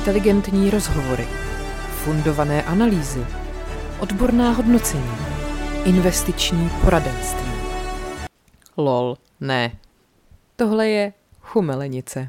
Inteligentní rozhovory, fundované analýzy, odborná hodnocení, investiční poradenství. Lol, ne. Tohle je chumelenice.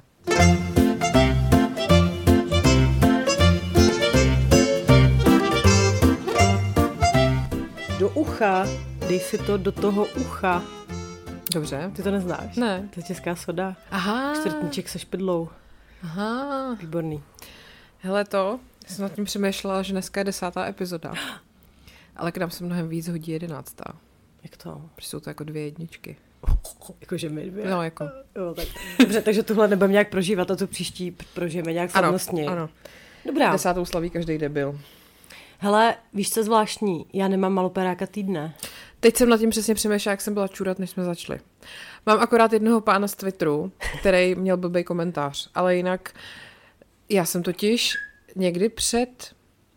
Do ucha, dej si to do toho ucha. Dobře. Ty to neznáš? Ne. To je česká soda. Aha. Čtvrtníček se špidlou. Aha. Výborný. Hele to, jsem nad tím přemýšlela, že dneska je 10. epizoda. Ale k nám se mnohem víc hodí 11. Jak to? Protože jsou to jako 2 jedničky. Jakože my 2. No jako. Jo, tak. Dobře, takže tuhle nebudeme nějak prožívat a tu příští prožijeme nějak slavnostně. Ano. Dobrá. 10. slaví každý debil. Hele, víš co zvláštní? Já nemám maloperáka týdne. Teď jsem nad tím přesně přemýšlela, jak jsem byla čurat, než jsme začali. Mám akorát jednoho pána z Twitteru, který měl blbý komentář, ale jinak já jsem totiž někdy před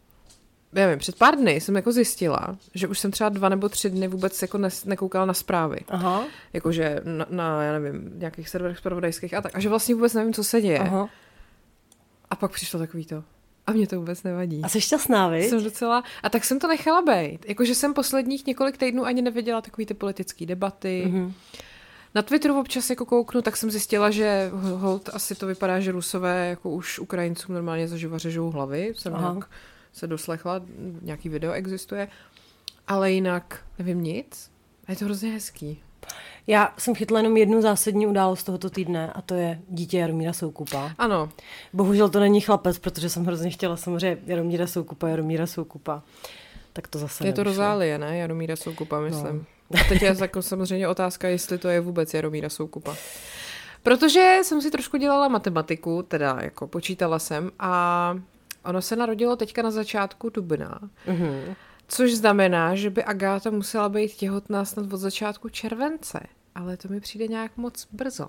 pár dny jsem jako zjistila, že už jsem třeba 2 nebo 3 dny vůbec jako nekoukala na zprávy. Aha. Jakože na já nevím, nějakých serverech zpravodajských a tak. A že vlastně vůbec nevím, co se děje. Aha. A pak přišlo takový to. A mě to vůbec nevadí. A jsi šťastná, viď? Jsem docela... A tak jsem to nechala bejt. Jakože jsem posledních několik týdnů ani nevěděla takový ty politické debaty. Mm-hmm. Na Twitteru občas jako kouknu, tak jsem zjistila, že hold asi to vypadá, že Rusové jako už Ukrajincům normálně zaživa řežou hlavy. Jsem nějak se doslechla, nějaký video existuje. Ale jinak nevím nic. A je to hrozně hezký. Já jsem chytla jenom jednu zásadní událost tohoto týdne a to je dítě Jaromíra Soukupa. Ano. Bohužel to není chlapec, protože jsem hrozně chtěla samozřejmě Jaromíra Soukupa. Tak to zase je to Rozálie, ne? Jaromíra Soukupa, myslím. No. Teď je jako samozřejmě otázka, jestli to je vůbec Jaromíra Soukupa. Protože jsem si trošku dělala matematiku, teda jako počítala jsem a ono se narodilo teďka na začátku dubna. Mhm. Což znamená, že by Agáta musela být těhotná snad od začátku července. Ale to mi přijde nějak moc brzo.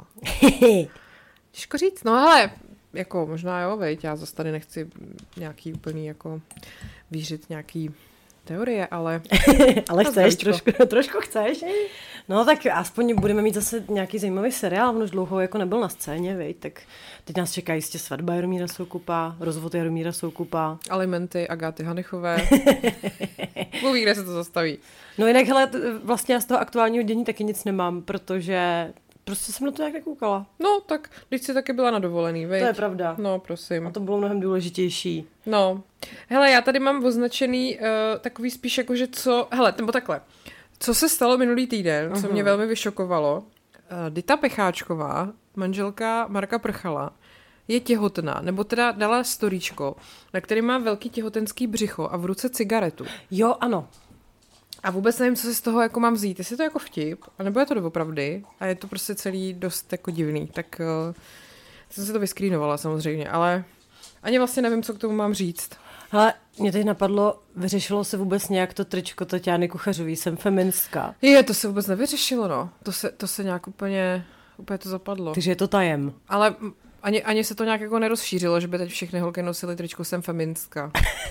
Těžko říct. No hele, jako možná jo, veď, já zase tady nechci nějaký úplný jako vířit nějaký teorie, ale... ale chceš, trošku chceš. No tak aspoň budeme mít zase nějaký zajímavý seriál, on už dlouho jako nebyl na scéně, veď, tak teď nás čeká jistě svatba Jaromíra Soukupa, rozvod Jaromíra Soukupa. Alimenty Agáty Hanychové. Bůh ví, kde se to zastaví. No jinak, hele, vlastně já z toho aktuálního dění taky nic nemám, protože prostě jsem na to nějak nekoukala. No, tak když jsi taky byla na dovolený, veď? To je pravda. No, prosím. A to bylo mnohem důležitější. No. Hele, já tady mám označený takový spíš jako, že co... Hele, nebo takhle. Co se stalo minulý týden, co mě velmi vyšokovalo. Dita Pecháčková, manželka Marka Prchala, je těhotná, nebo teda dala storíčko, na který má velký těhotenský břicho a v ruce cigaretu. Jo, ano. A vůbec nevím, co si z toho jako mám vzít. Jestli to jako vtip, anebo je to doopravdy a je to prostě celý dost jako divný. Tak jsem si to vyskrýnovala samozřejmě, ale ani vlastně nevím, co k tomu mám říct. Hele, mě teď napadlo, vyřešilo se vůbec nějak to tričko Tatiany Kuchařový, jsem feministka. To se vůbec nevyřešilo, no. To se nějak úplně to zapadlo. Takže je to tajem. Ale ani se to nějak jako nerozšířilo, že by teď všechny holky nosily tričko jsem feministka.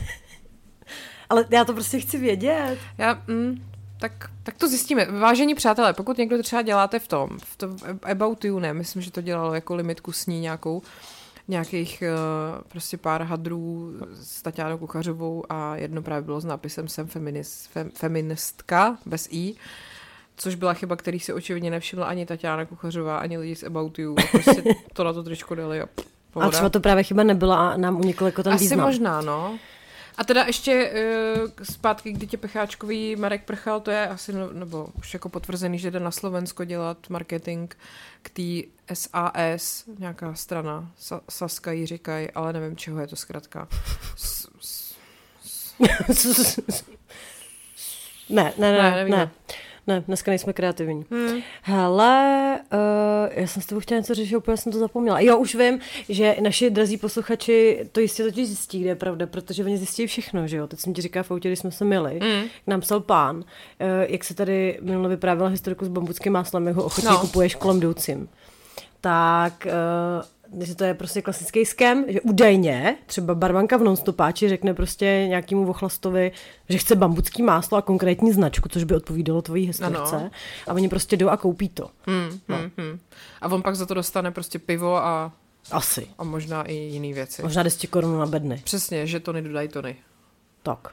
Ale já to prostě chci vědět. Tak to zjistíme. Vážení přátelé, pokud někdo třeba děláte v tom About You, ne, myslím, že to dělalo jako limitku s ní nějakých prostě pár hadrů s Tatianou Kuchařovou a jedno právě bylo s nápisem jsem feministka, bez i, což byla chyba, který si očividně nevšimla ani Tatiana Kuchařová, ani lidi z About You. Prostě to na to tričko dali a pohoda. A třeba to právě chyba nebyla a nám uniklo jako ten význam. Asi možná, no. A teda ještě zpátky k Ditě Pecháčkový, Marek Prchal, to je asi, nebo už jako potvrzený, že jde na Slovensko dělat marketing k té SAS, nějaká strana, Saska jí říkají, ale nevím, čeho je to zkratka. Ne, dneska nejsme kreativní. Hele, já jsem s tebou chtěla něco řešit, úplně jsem to zapomněla. Jo, už vím, že naši drazí posluchači to jistě totiž zjistí, kde je pravda, protože oni zjistí všechno, že jo. Teď jsem ti říkala v autě, když jsme se myli, nám psal pán, jak se tady minule vyprávěla historiku s bambuckým máslem, jak ho ochotně kupuješ kolem jdoucím. Tak... že to je prostě klasický scam, že údajně třeba barmanka v nonstopáči řekne prostě nějakému vochlastovi, že chce bambucký máslo a konkrétní značku, což by odpovídalo tvojí historce. Ano. A oni prostě jdou a koupí to. A on pak za to dostane prostě pivo a Asi. A možná i jiný věci. Možná 10 korun na bedny. Přesně, že Tony dodají Tony. Tak.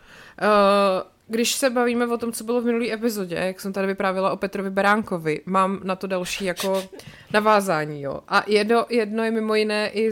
Když se bavíme o tom, co bylo v minulý epizodě, jak jsem tady vyprávěla o Petrovi Beránkovi, mám na to další jako navázání, jo. A jedno je mimo jiné i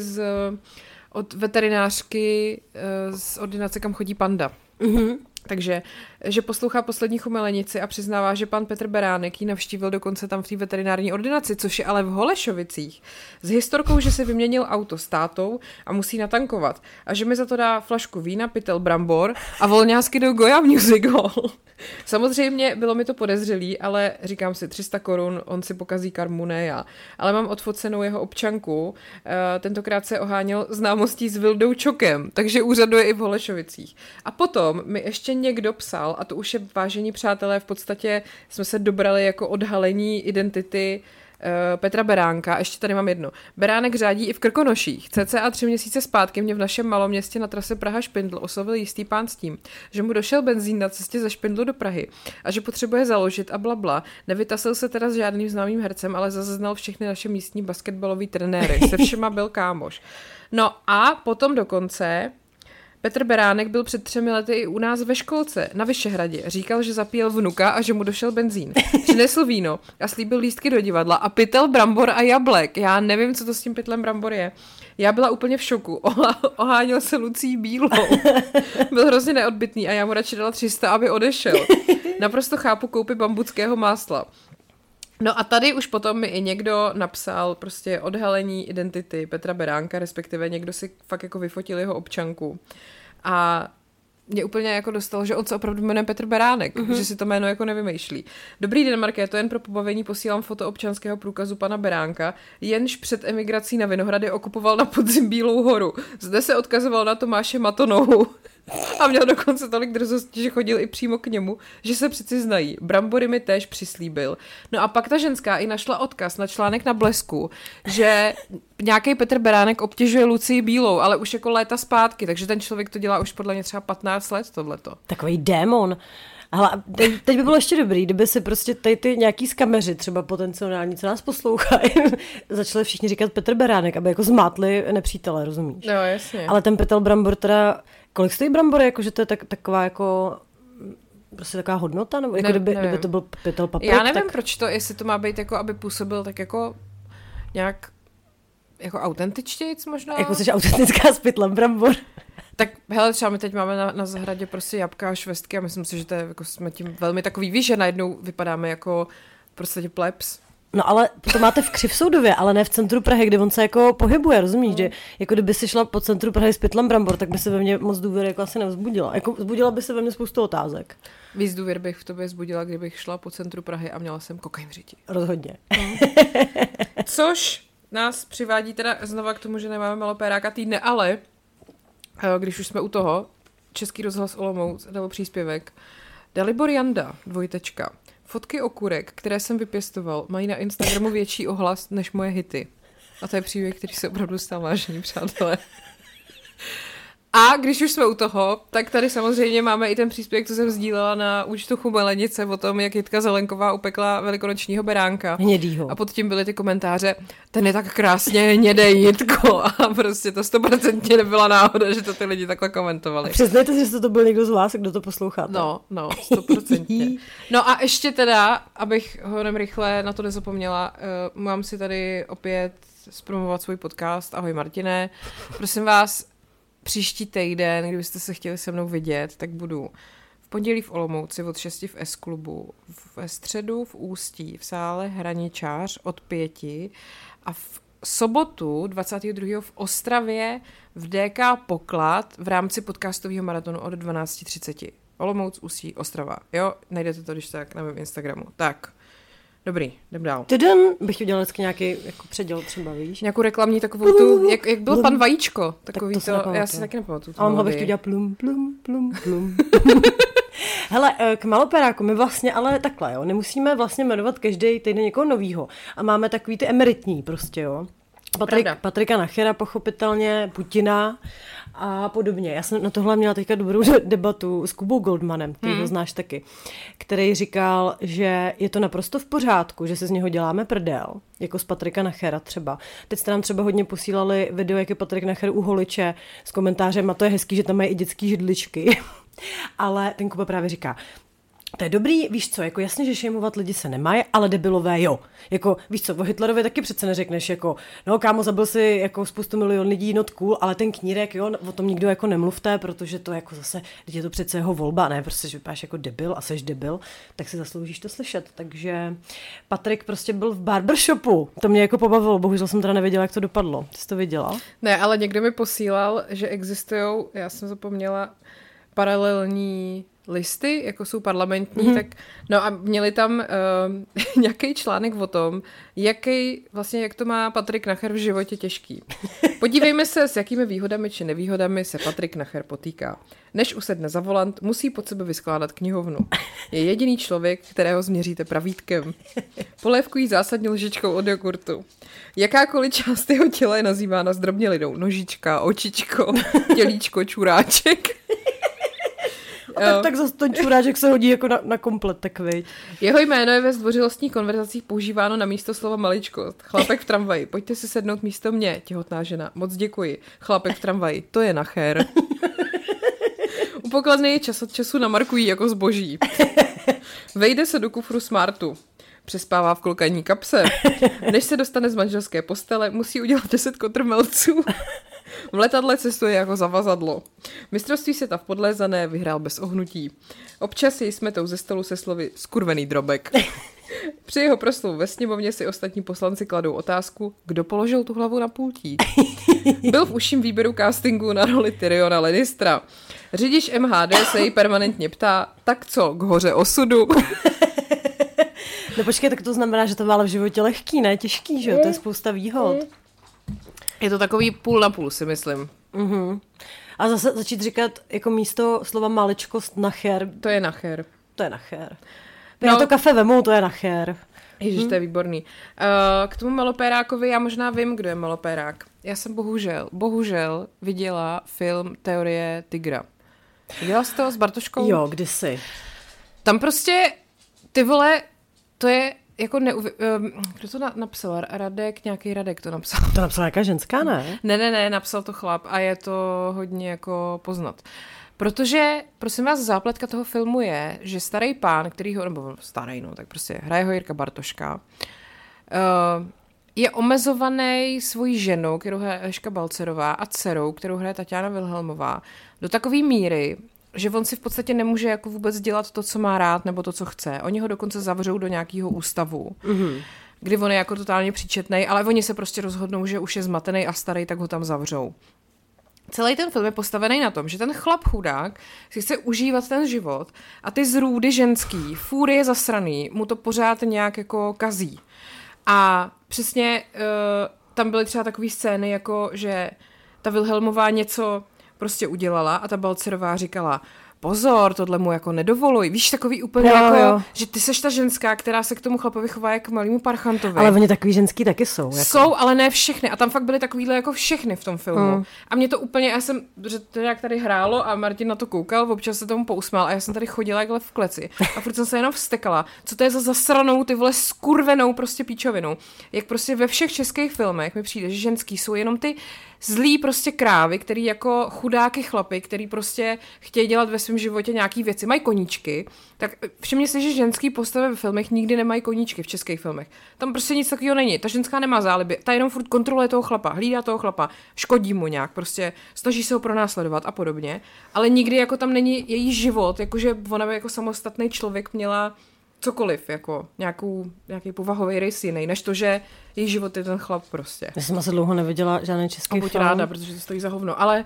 od veterinářky z ordinace, kam chodí Panda. Mhm. Takže, že poslouchá Poslední chumelenici a přiznává, že pan Petr Beránek ji navštívil dokonce tam v té veterinární ordinaci, což je ale v Holešovicích, s historkou, že si vyměnil auto s tátou a musí natankovat. A že mi za to dá flašku vína, pytel brambor a volňásky do Goya Music Hall. Samozřejmě bylo mi to podezřelý, ale říkám si 300 korun, on si pokazí karmu, ne já. Ale mám odfocenou jeho občanku, tentokrát se oháněl známostí s Vildou Čokem, takže úřaduje i v Holešovicích. A potom mi ještě někdo psal, a to už je, vážení přátelé, v podstatě jsme se dobrali jako odhalení identity Petra Beránka. Ještě tady mám jedno. Beránek řádí i v Krkonoších. Cca 3 měsíce zpátky mě v našem maloměstě na trase Praha-Špindl oslovil jistý pán s tím, že mu došel benzín na cestě ze Špindlu do Prahy a že potřebuje založit a blabla. Nevytasil se teda s žádným známým hercem, ale zaznal všechny naše místní basketbalový trenéry. Se všema byl kámoš. No a potom dokonce Petr Beránek byl před 3 lety i u nás ve školce na Vyšehradě. Říkal, že zapíjel vnuka a že mu došel benzín. Přinesl víno a slíbil lístky do divadla a pytel brambor a jablek. Já nevím, co to s tím pytlem brambor je. Já byla úplně v šoku. Oháněl se Lucí Bílou. Byl hrozně neodbytný a já mu radši dala 300, aby odešel. Naprosto chápu koupy bambuckého másla. No a tady už potom mi i někdo napsal prostě odhalení identity Petra Beránka, respektive někdo si fakt jako vyfotil jeho občanku. A mě úplně jako dostalo, že on se opravdu jmenuje Petr Beránek, že si to jméno jako nevymýšlí. Dobrý den, Markéto, jen pro pobavení posílám foto občanského průkazu pana Beránka, jenž před emigrací na Vinohrady okupoval na podzim Bílou horu. Zde se odkazoval na Tomáše Matonohu. A měl dokonce tolik drzosti, že chodil i přímo k němu, že se přeci znají. Brambory mi též přislíbil. No a pak ta ženská i našla odkaz na článek na Blesku, že nějaký Petr Beránek obtěžuje Lucii Bílou, ale už jako léta zpátky, takže ten člověk to dělá už podle mě třeba 15 let tohleto. Takový démon. Ale teď by bylo ještě dobrý, kdyby si prostě tady ty nějaký skameři, třeba potenciální, co nás poslouchají, začali všichni říkat Petr Beránek, aby jako zmátli nepřítele, rozumíš? No, jasně. Ale ten pytel brambor teda, kolik stojí brambory, jakože to je taková jako prostě taková hodnota, nebo jako kdyby to byl pytel paprik? Já nevím, proč to, jestli to má být jako, aby působil tak jako nějak jako autentičtějc možná? Jako jsi autentická s pytlem brambor. Tak hele, třeba my teď máme na zahradě prostě jabka a švestky a myslím si, že to je, jako jsme tím velmi takový, víš, že najednou vypadáme jako prostě plebs. No ale to máte v Křivsoudově, ale ne v centru Prahy, kde on se jako pohybuje, rozumíš, že jako kdyby si šla po centru Prahy s pytlem brambor, tak by se ve mně moc důvěry jako asi nevzbudila. Jako vzbudila by se ve mně spoustu otázek. Víc důvěr bych v tobě vzbudila, kdybych šla po centru Prahy a měla jsem kokain v řiti. Rozhodně. Což nás přivádí teda znova k tomu, že nemáme malopéráka týdne, ale když už jsme u toho, Český rozhlas Olomouc dal příspěvek. Dalibor Janda, dvojtečka. Fotky okurek, které jsem vypěstoval, mají na Instagramu větší ohlas než moje hity. A to je příběh, který se opravdu stal, vážení přátelé. A když už jsme u toho, tak tady samozřejmě máme i ten příspěvek, co jsem sdílela na účtu Chumelenice o tom, jak Jitka Zelenková upekla velikonočního beránka. Hnědýho. A pod tím byly ty komentáře, ten je tak krásně hnědej, Jitko. A prostě to 100% nebyla náhoda, že to ty lidi takhle komentovali. A přiznejte si, že to byl někdo z vás, kdo to posloucháte. No, 100%. No a ještě teda, abych honem rychle na to nezapomněla, mám si tady opět zpromovat svůj podcast. Ahoj Martine. Prosím vás, příští týden, kdybyste se chtěli se mnou vidět, tak budu v pondělí v Olomouci od 6 v S-klubu, ve středu v Ústí, v sále Hraničář od 5 a v sobotu 22. v Ostravě v DK Poklad v rámci podcastového maratonu od 12:30. Olomouc, Ústí, Ostrava. Jo, najdete to, když tak na mém Instagramu. Tak, dobrý, jdem dál. Týden bych udělal vždycky nějaký jako předěl třeba, víš? Nějakou reklamní takovou tu, jak byl pan Vajíčko. Takový tak to já si taky nepamatuju. A on bych to udělal plum, plum, plum, plum. Hele, k maloperáku my vlastně ale takhle, jo, nemusíme vlastně jmenovat každý týden někoho novýho. A máme takový ty emeritní prostě, jo. Patrika Nachera, pochopitelně, Putina a podobně. Já jsem na tohle měla teďka dobrou debatu s Kubou Goldmanem, ty ho znáš taky, který říkal, že je to naprosto v pořádku, že se z něho děláme prdel, jako z Patrika Nachera třeba. Teď jste nám třeba hodně posílali video, jak je Patrik Nacher u holiče s komentářem, a to je hezký, že tam mají i dětský židličky. Ale ten Kuba právě říká, to je dobrý, víš co, jako jasně, že šejmovat lidi se nemají, ale debilové jo. Jako, víš co, o Hitlerovi taky přece neřekneš, jako, no kámo, zabil si jako spoustu milion lidí, not cool, ale ten knírek, jo, o tom nikdo jako nemluvte, protože to jako zase, teď je to přece jeho volba, ne, prostě, že vypadáš jako debil a seš debil, tak si zasloužíš to slyšet. Takže Patrik prostě byl v barbershopu, to mě jako pobavilo, bohužel jsem teda nevěděla, jak to dopadlo. Ty jsi to viděla? Ne, ale někdo mi posílal, že existujou, já jsem zapomněla, paralelní listy, jako jsou parlamentní, tak no a měli tam nějaký článek o tom, jak to má Patrik Nacher v životě těžký. Podívejme se, s jakými výhodami či nevýhodami se Patrik Nacher potýká. Než usedne za volant, musí pod sebe vyskládat knihovnu. Je jediný člověk, kterého změříte pravítkem. Polévkují zásadní lžičkou od jogurtu. Jakákoliv část jeho těla je nazývána zdrobnělinou. Nožička, očičko, tělíčko, čuráček. Tak zase ten čuráček se hodí jako na komplet, tak viď. Jeho jméno je ve zdvořilostních konverzacích používáno na místo slova maličkost. Chlapek v tramvaji, pojďte si sednout místo mě, těhotná žena. Moc děkuji. Chlapek v tramvaji, to je Nacher. U pokladny je čas od času namarkují jako zboží. Vejde se do kufru Smartu. Přespává v klokaní kapse. Než se dostane z manželské postele, musí udělat 10 kotrmelců. V letadle cestuje jako zavazadlo. Mistrovství světa v podlézané vyhrál bez ohnutí. Občas jej smetou ze stolu se slovy skurvený drobek. Při jeho proslovu ve sněmovně si ostatní poslanci kladou otázku, kdo položil tu hlavu na pultí. Byl v užším výběru castingu na roli Tyriona Lannistera. Řidič MHD se jej permanentně ptá, tak co, k hoře osudu? No počkej, tak to znamená, že to má v životě lehký, ne těžký, že jo? To je spousta výhod. Je to takový půl na půl, si myslím. A zase začít říkat jako místo slova maličkost Nacher. To je Nacher. To je Nacher. Já to kafe vemu, to je Nacher. Ježiš, to je výborný. K tomu Malopérákovi já možná vím, kdo je Malopérák. Já jsem bohužel viděla film Teorie tygra. Viděla jsi to s Bartoškou? Jo, kdysi. Tam prostě, ty vole, to je jako kdo to napsal? Nějaký Radek to napsal. To napsala nějaká ženská, ne? Ne, napsal to chlap a je to hodně jako poznat. Protože, prosím vás, zápletka toho filmu je, že starý pán, tak prostě hraje ho Jirka Bartoška, je omezovaný svojí ženou, kterou hraje Eliška Balcerová, a dcerou, kterou hraje Tatiana Wilhelmová, do takové míry, že on si v podstatě nemůže jako vůbec dělat to, co má rád, nebo to, co chce. Oni ho dokonce zavřou do nějakého ústavu, kdy on je jako totálně příčetnej, ale oni se prostě rozhodnou, že už je zmatený a starý, tak ho tam zavřou. Celý ten film je postavený na tom, že ten chlap chudák si chce užívat ten život a ty zrůdy ženský, fůry je zasraný, mu to pořád nějak jako kazí. A přesně tam byly třeba takové scény, jako že ta Wilhelmová něco prostě udělala a ta Balcerová říkala, pozor, tohle mu jako nedovoluj. Víš, takový úplně jo. Že ty seš ta ženská, která se k tomu chlapovi chová jako malýmu parchantovi. Ale oni takový ženský taky jsou. Jako. Jsou, ale ne všechny. A tam fakt byly takovýhle jako všechny v tom filmu. A mě to úplně, že to jak tady hrálo a Martin na to koukal, občas se tomu pousmál a já jsem tady chodila jakhle v kleci. A furt jsem se jenom vstekala. Co to je za zasranou, ty vole skurvenou prostě píčovinu. Jak prostě ve všech českých filmech mi přijde, že ženský jsou jenom ty zlý prostě krávy, který jako chudáky chlapy, který prostě chtějí dělat ve svém životě nějaký věci, mají koníčky, tak všimně si, že ženský postavy ve filmech nikdy nemají koníčky v českých filmech. Tam prostě nic takového není. Ta ženská nemá záliby, ta jenom furt kontroluje toho chlapa, hlídá toho chlapa, škodí mu nějak, prostě snaží se ho pronásledovat a podobně, ale nikdy jako tam není její život, jakože ona by jako samostatný člověk měla cokoliv, jako nějaký povahový rys jiný, než to, že její život je ten chlap prostě. Já jsem asi dlouho neviděla žádný český film. Buď ráda, protože to stojí za hovno. Ale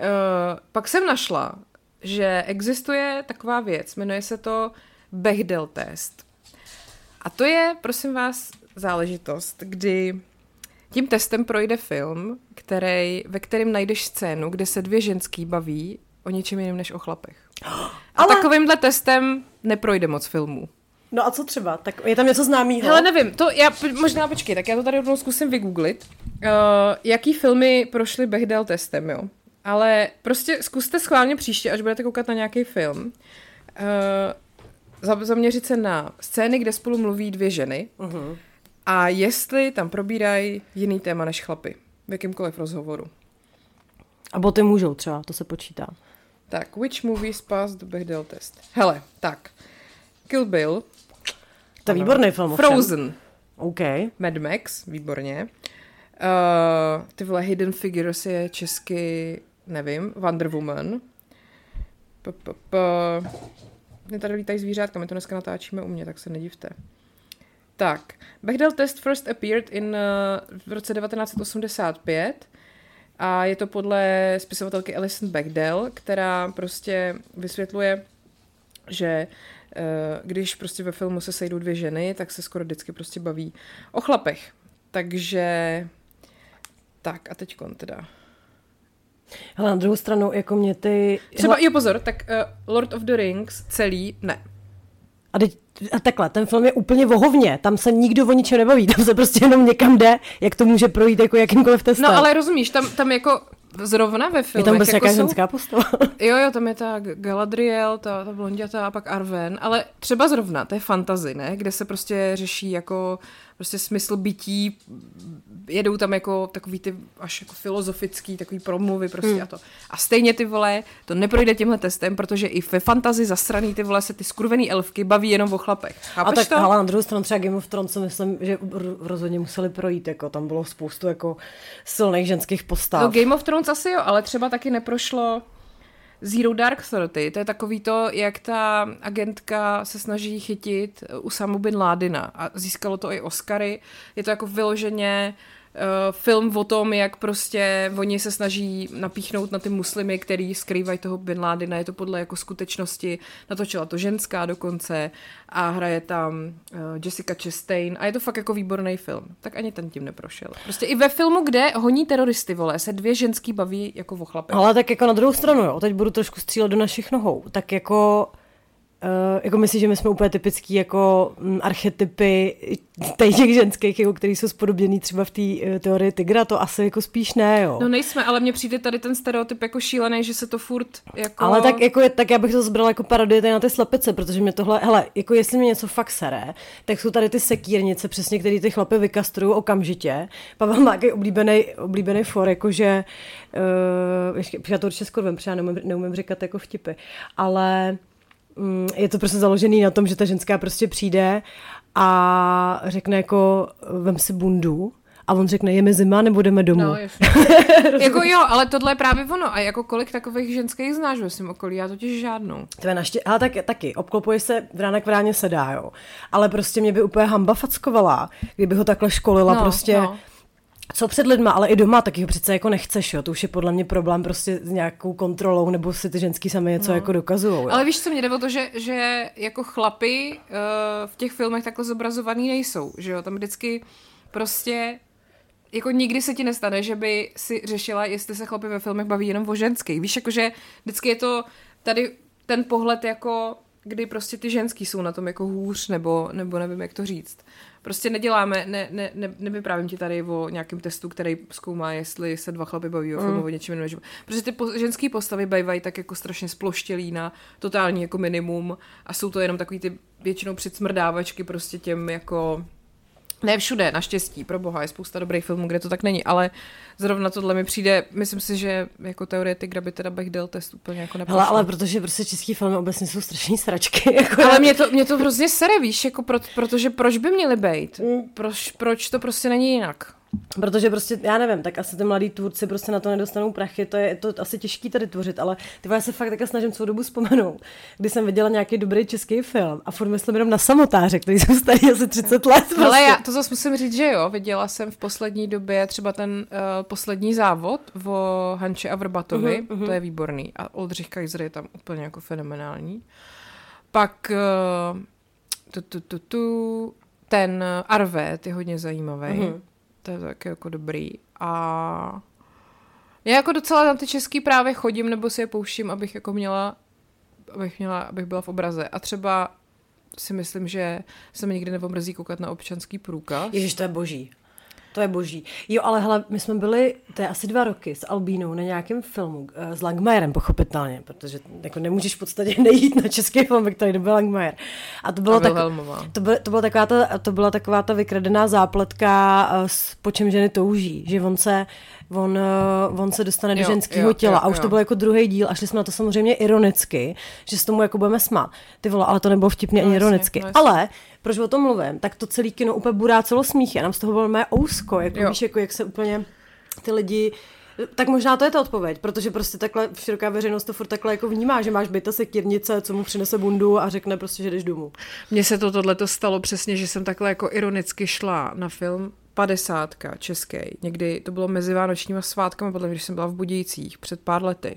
pak jsem našla, že existuje taková věc, jmenuje se to Bechdel test. A to je, prosím vás, záležitost, kdy tím testem projde film, ve kterém najdeš scénu, kde se dvě ženský baví o něčem jiném než o chlapech. A takovýmhle testem neprojde moc filmů. No a co třeba? Tak je tam něco známýho? Hele, nevím, to já možná počkej, tak já to tady rovnou zkusím vygooglit. jaký filmy prošly Bechdel testem, jo. Ale prostě zkuste schválně příště, až budete koukat na nějaký film, zaměřit se na scény, kde spolu mluví dvě ženy a jestli tam probírají jiný téma než chlapy v jakýmkoliv rozhovoru. A boty můžou třeba, to se počítá. Tak, which movies passed the Bechdel test? Hele, tak. Kill Bill. To je výborný film. Frozen. OK. Mad Max, výborně. Ty vole Hidden Figures je česky, nevím, Wonder Woman. Mě tady lítají zvířátka, my to dneska natáčíme u mě, tak se nedivte. Tak, Bechdel test first appeared v roce 1985 a je to podle spisovatelky Alison Bechdel, která prostě vysvětluje, že když prostě ve filmu se sejdou dvě ženy, tak se skoro vždycky prostě baví o chlapech. Takže tak a teďkon teda. Hele, na druhou stranu, jako mě ty... Třeba, jo pozor, tak Lord of the Rings celý, ne. A takhle, ten film je úplně vohovně, tam se nikdo o ničem nebaví, tam se prostě jenom někam jde, jak to může projít jako jakýmkoliv testem. No ale rozumíš, tam jako zrovna ve filmech. Je tam prostě jako nějaká ženská postava. Jo, tam je ta Galadriel, ta blonděta a pak Arwen, ale třeba zrovna, to je fantasy, ne? Kde se prostě řeší jako prostě smysl bytí, jedou tam jako takový ty až jako filozofický takový promluvy prostě a to. A stejně ty vole, to neprojde tímhle testem, protože i ve fantasy zasraný ty vole se ty skurvený elfky baví jenom o chlapech. Chápeš a tak, to? Ale na druhou stranu třeba Game of Thrones si myslím, že rozhodně museli projít, jako tam bylo spoustu jako silných ženských postav. No Game of Thrones asi jo, ale třeba taky neprošlo Zero Dark Thirty, to je takový to, jak ta agentka se snaží chytit Usamu bin Ládina a získalo to i Oscary. Je to jako vyloženě film o tom, jak prostě oni se snaží napíchnout na ty muslimy, který skrývají toho bin Ládina. Je to podle jako skutečnosti. Natočila to ženská dokonce a hraje tam Jessica Chastain a je to fakt jako výborný film. Tak ani ten tím neprošel. Prostě i ve filmu, kde honí teroristy, vole, se dvě ženský baví jako o chlapech. Ale tak jako na druhou stranu, jo, teď budu trošku střílet do našich nohou. Tak jako myslíš, že my jsme úplně typický jako archetypy těch ženských, jako, který jsou spodobněný třeba v té teorii tygra, to asi jako spíš ne, jo. No nejsme, ale mně přijde tady ten stereotyp jako šílený, že se to furt jako... Ale tak, jako, tak já bych to zbrala jako parodie na ty slepice, protože mě tohle, hele, jako jestli mě něco fakt sere, tak jsou tady ty sekírnice přesně, který ty chlapy vykastrují okamžitě. Pavel má nějaký oblíbený for, jakože já to určitě skorvem, protože já neumím říkat jako vtipy, ale je to prostě založený na tom, že ta ženská prostě přijde a řekne jako vem si bundu a on řekne je mi zima nebo jdeme domů. No, jako jo, ale tohle je právě ono a jako kolik takových ženských znáš ve svém okolí, já totiž žádnou. To je ale taky, obklopuje se, vrána k vráně se dá, jo. Ale prostě mě by úplně hamba fackovala, kdyby ho takhle školila prostě... No. Co před lidma, ale i doma, tak ho přece jako nechceš, jo. To už je podle mě problém prostě s nějakou kontrolou, nebo si ty ženský sami něco jako dokazujou. Ale víš, co mě jde o to, že jako chlapi v těch filmech takhle zobrazovaný nejsou, že jo. Tam vždycky prostě jako nikdy se ti nestane, že by si řešila, jestli se chlapi ve filmech baví jenom o ženských. Víš, jakože vždycky je to tady ten pohled jako, kdy prostě ty ženský jsou na tom jako hůř, nebo nevím, jak to říct. Prostě neděláme, nevyprávím ti tady o nějakém testu, který zkoumá, jestli se dva chlapy baví o filmu o něčem jiném. Protože ty ženský postavy bývají tak jako strašně sploštělý na totální jako minimum a jsou to jenom takový ty většinou předsmrdávačky prostě těm jako... Ne všude, naštěstí, pro boha, je spousta dobrých filmů, kde to tak není, ale zrovna tohle mi přijde, myslím si, že jako teorie tygra by teda Bechdel test úplně jako neprošla. Ale protože prostě český filmy obecně jsou strašný sračky. Jako ale mě to hrozně sere, víš, jako protože proč by měly být? Proč to prostě není jinak? Protože prostě, já nevím, tak asi ty mladí tvůrci prostě na to nedostanou prachy, to je to asi těžký tady tvořit, ale ty já se fakt taky snažím celou dobu vzpomenout, kdy jsem viděla nějaký dobrý český film a furt myslím jenom na samotáře, který jsou starý asi 30 let. Prostě. Ale já to zase musím říct, že jo, viděla jsem v poslední době třeba ten poslední závod o Hanče a Vrbatovi, to je výborný a Oldřich Kaiser je tam úplně jako fenomenální. Pak ten Arvet je hodně zajímavý. To je taky jako dobrý. A já jako docela na ty český právě chodím, nebo si je pouštím, abych byla v obraze. A třeba si myslím, že se mi nikdy neomrzí koukat na občanský průkaz. Ježiš, to je boží. To je boží. Jo, ale hele, my jsme byli, to je asi 2 roky, s Albínou na nějakém filmu, s Langmajerem pochopitelně, protože jako nemůžeš v podstatě nejít na český film, který nebyl Langmajer. A to bylo to byla taková ta vykradená zápletka, po čem ženy touží, že on se dostane do ženského těla a už to byl jako druhý díl a šli jsme na to samozřejmě ironicky, že se tomu jako budeme smát. Ty vole, ale to nebylo vtipně ani ironicky. Ale proč o tom mluvím, tak to celý kino úplně burácelo smíchy a nám z toho bylo mé ousko, jako víš, jako jak se úplně ty lidi... Tak možná to je ta odpověď, protože prostě takhle široká veřejnost to furt takhle jako vnímá, že máš byta sekírnice, co mu přinese bundu a řekne prostě, že jdeš domů. Mně se tohleto stalo přesně, že jsem takhle jako ironicky šla na film 50 český. Někdy to bylo mezi vánočníma svátkama, podle mě, když jsem byla v Budějcích před pár lety.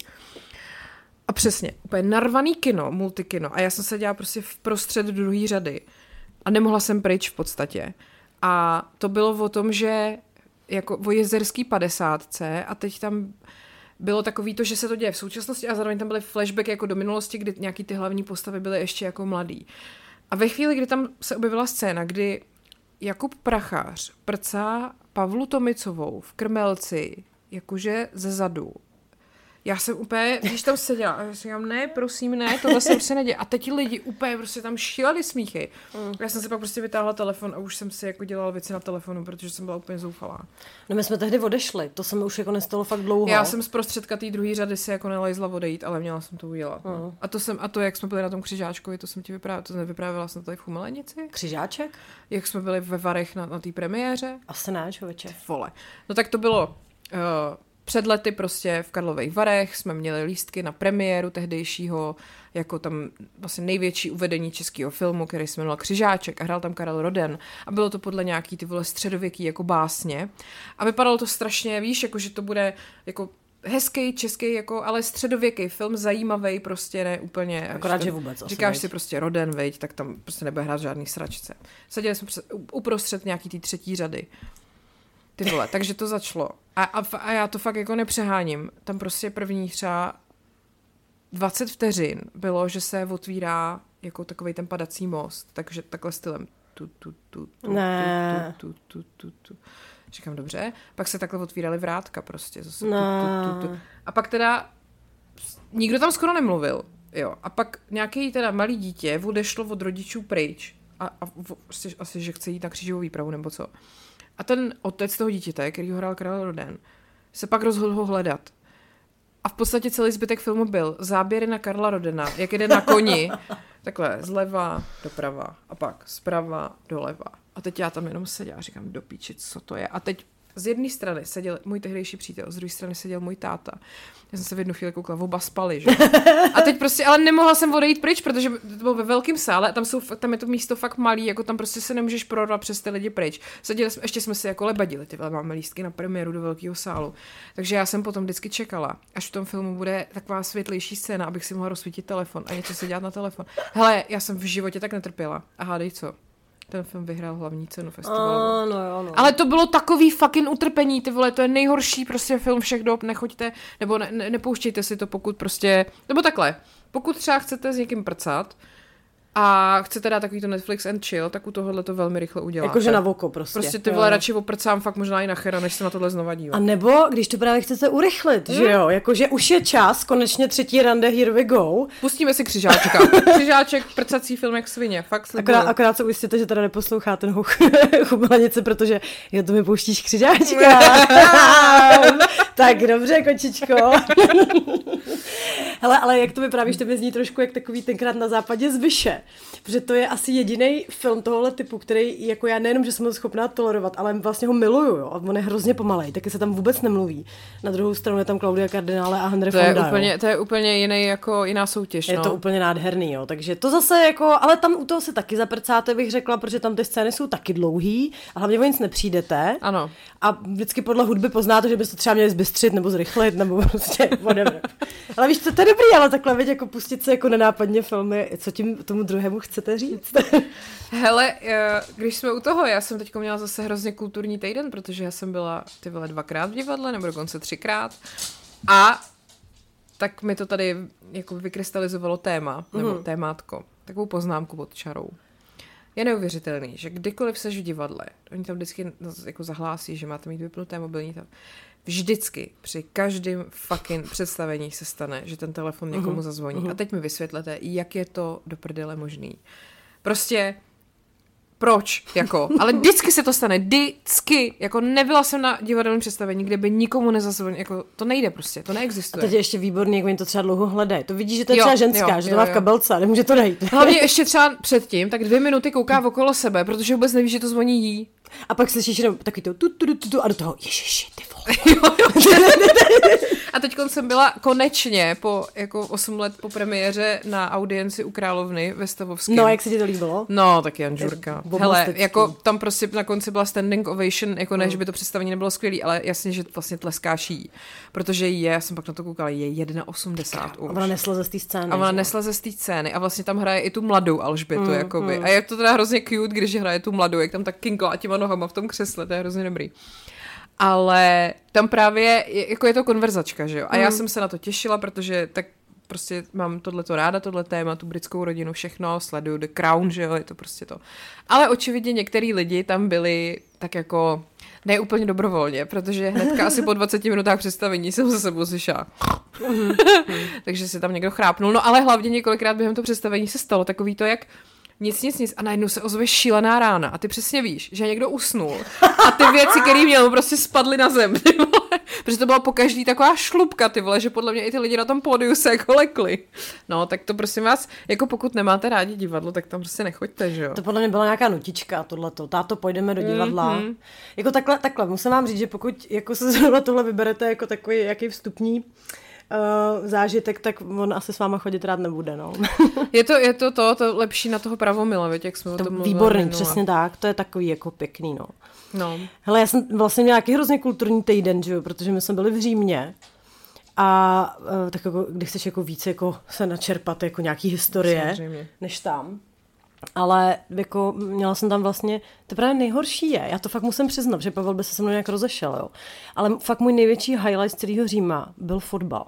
A přesně, úplně narvaný kino, multikino. A já jsem seděla prostě v prostřed druhé řady. A nemohla jsem pryč v podstatě. A to bylo o tom, že jako o jezerský 50 a teď tam bylo takový to, že se to děje v současnosti a zároveň tam byly flashbacky jako do minulosti, kdy nějaký ty hlavní postavy byly ještě jako mladý. A ve chvíli, kdy tam se objevila scéna, kdy Jakub Prachář prcá Pavlu Tomicovou v krmelci, jakože ze zadu. Já jsem úplně, když tam seděla, a já říkám, ne, prosím, ne, tohle se prostě neděje. A teď lidi úplně prostě tam šíleli smíchy. Já jsem si pak prostě vytáhla telefon a už jsem si jako dělala věci na telefonu, protože jsem byla úplně zoufalá. No my jsme tehdy odešli, to se mi už jako nestalo fakt dlouho. Já jsem zprostředka té druhé řady si jako nelejzla odejít, ale měla jsem to udělat. A to, jak jsme byli na tom Křižáčkovi, to jsem ti vyprávěla, to nevyprávěla jsem tady v Chumelenici. Křižáček? Jak jsme byli ve Varech na té premiéře. Asi ne, člověče. Vole. No tak to bylo... Před lety prostě v Karlových Varech jsme měli lístky na premiéru tehdejšího, jako tam vlastně největší uvedení českého filmu, který se jmenoval Křižáček a hrál tam Karel Roden. A bylo to podle nějaký ty vole středověký jako básně. A vypadalo to strašně, víš, jako že to bude jako hezký český, jako, ale středověký film, zajímavý, prostě ne úplně. Akorát, že vůbec. Říkáš si prostě Roden, veď, tak tam prostě nebude hrát žádný sračce. Seděli jsme uprostřed nějaký ty třetí řady. Ty vole, takže to začalo. A já to fakt jako nepřeháním. Tam prostě první třeba 20 vteřin bylo, že se otvírá jako takovej ten padací most, takže takhle stylem Říkám, dobře. Pak se takhle otvíraly vrátka prostě. Zase A pak teda nikdo tam skoro nemluvil. Jo. A pak nějaký teda malý dítě odešlo od rodičů pryč. A asi, že chce jít na křížovou výpravu nebo co. A ten otec toho dítěte, který ho hrál Karel Roden, se pak rozhodl ho hledat. A v podstatě celý zbytek filmu byl záběry na Karla Rodena, jak jede na koni, takhle zleva doprava a pak zprava doleva. A teď já tam jenom seděla a říkám, do píči, co to je. A teď z jedné strany seděl můj tehdejší přítel, z druhé strany seděl můj táta. Já jsem se v jednu chvíli koukla, oba spali, že? A teď prostě, ale nemohla jsem odejít pryč, protože to bylo ve velkém sále a tam je to místo fakt malý, jako tam prostě se nemůžeš prorvat přes ty lidi pryč. Ještě jsme si jako lebadili, máme lístky na premiéru do velkého sálu. Takže já jsem potom vždycky čekala, až v tom filmu bude taková světlejší scéna, abych si mohla rozsvítit telefon a něco si dělat na telefon. Hele, já jsem v životě tak netrpěla. A hádej co? Ten film vyhrál hlavní cenu festivalu. No. Ale to bylo takový fucking utrpení, ty vole, to je nejhorší prostě film všech dob, nechoďte, nebo nepouštějte si to, pokud prostě, nebo takhle, pokud třeba chcete s někým prcat a chcete dát takový to Netflix and chill, tak u tohohle to velmi rychle uděláte. Jakože na voko prostě. Prostě ty vole, radši oprcám fakt možná i na chera, než se na tohle znova dívat. A nebo, když to právě chcete urychlit, že jo, jakože už je čas, konečně třetí rande, here we go. Pustíme si Křižáčka. Křižáček, prcací film jak svině, fakt slibuju. Akorát se ujistěte, že teda neposlouchá ten Chumelenice, protože jo, to mi pouštíš Křižáčka. Tak dobře, kočičko. Hele, ale jak to vyprávíš, to mi zní trošku jak takový tenkrát na západě Zvyše. Protože to je asi jediný film tohohle typu, který jako já nejenom, že jsem ho schopná tolerovat, ale vlastně ho miluju, jo. A on je hrozně pomalej, taky se tam vůbec nemluví. Na druhou stranu je tam Claudia Kardinále a Henry Fonda. To je úplně jiný, jako jiná soutěž. Je to úplně nádherný, jo. Takže to zase jako, ale tam u toho se taky zaprcáte, bych řekla, protože tam ty scény jsou taky dlouhý a hlavně o nic nepřijdete. Ano. A vždycky podle hudby poznáte, že byste třeba měli zbystřit nebo zrychlit, nebo prostě whatever. Ale víš, to je dobrý, ale takhle, věď, jako pustit se jako nenápadně filmy, co tím tomu druhému chcete říct? Hele, když jsme u toho, já jsem teď měla zase hrozně kulturní týden, protože já jsem byla ty vole 2krát v divadle, nebo dokonce 3krát. A tak mi to tady jako vykrystalizovalo téma, nebo témátko, takovou poznámku pod čarou. je neuvěřitelný, že kdykoliv seš v divadle, oni tam vždycky jako zahlásí, že máte mít vypnuté mobilní tam. Vždycky při každém fucking představení se stane, že ten telefon někomu zazvoní. A teď mi vysvětlete, jak je to do prdele možný. Prostě proč? Jako, ale vždycky se to stane, vždycky. Jako nebyla jsem na divadelním představení, kde by nikomu nezazvonil. Jako, to nejde prostě, to neexistuje. A teď je ještě výborný, jak oni to třeba dlouho hledají. To vidíš, že to je třeba ženská, že to má v kabelce a nemůže to najít. Hlavně ještě třeba předtím, tak 2 minuty kouká okolo sebe, protože vůbec neví, že to zvoní jí. A pak slyšíš jenom takový to tu a do toho, ježiši, ty vole. A teď jsem byla konečně po jako 8 let po premiéře na audienci u Královny ve Stavovském. No, jak se ti to líbilo? No, tak Jan Žurka. Hele, jako tam prostě na konci byla standing ovation, jako ne, že by to představení nebylo skvělý, ale jasně, že vlastně tleskáš jí. Protože já jsem pak na to koukala, je 1,80 už. A ona nesleze z té scény. A ona nesleze z té scény a vlastně tam hraje i tu mladou Alžbětu, jakoby. A je to teda hrozně cute, když hraje tu mladou, jak tam tak kinklá těma nohama v tom křesle, to je hrozně dobrý. Ale tam právě, jako je to konverzačka, že jo? A já jsem se na to těšila, protože tak prostě mám tohleto ráda, tohle téma, tu britskou rodinu, všechno, sleduju The Crown, že jo, je to prostě to. Ale očividně některý lidi tam byli tak jako ne úplně dobrovolně, protože hnedka asi po 20 minutách představení jsem za sebou slyšela. Takže si tam někdo chrápnul. No ale hlavně několikrát během toho představení se stalo takový to, jak nic a najednou se ozve šílená rána a ty přesně víš, že někdo usnul a ty věci, které měl, prostě spadly na zem, ty vole. Protože to byla pokaždý taková šlupka, ty vole, že podle mě i ty lidi na tom pódiu se jako lekli. No, tak to prosím vás, jako pokud nemáte rádi divadlo, tak tam prostě nechoďte, že jo. To podle mě byla nějaká nutička, tohleto. Táto, půjdeme do divadla. Jako takhle, musím vám říct, že pokud jako se zrovna tohle vyberete jako takový jaký vstupní zážitek, tak on asi s váma chodit rád nebude, no. Je to lepší na toho pravomila, věď, jak jsme o tom mluvili. Výborný, přesně tak, to je takový jako pěkný, no. No. Hele, já jsem vlastně měla nějaký hrozně kulturní týden, že jo, protože my jsme byli v Římě a tak jako, když chceš jako víc jako se načerpat jako nějaký historie, samozřejmě, než tam. Ale jako měla jsem tam vlastně, to právě nejhorší je, já to fakt musím přiznat, že Pavel by se mnou nějak rozešel, jo. Ale fakt můj největší highlight z celého Říma byl fotbal.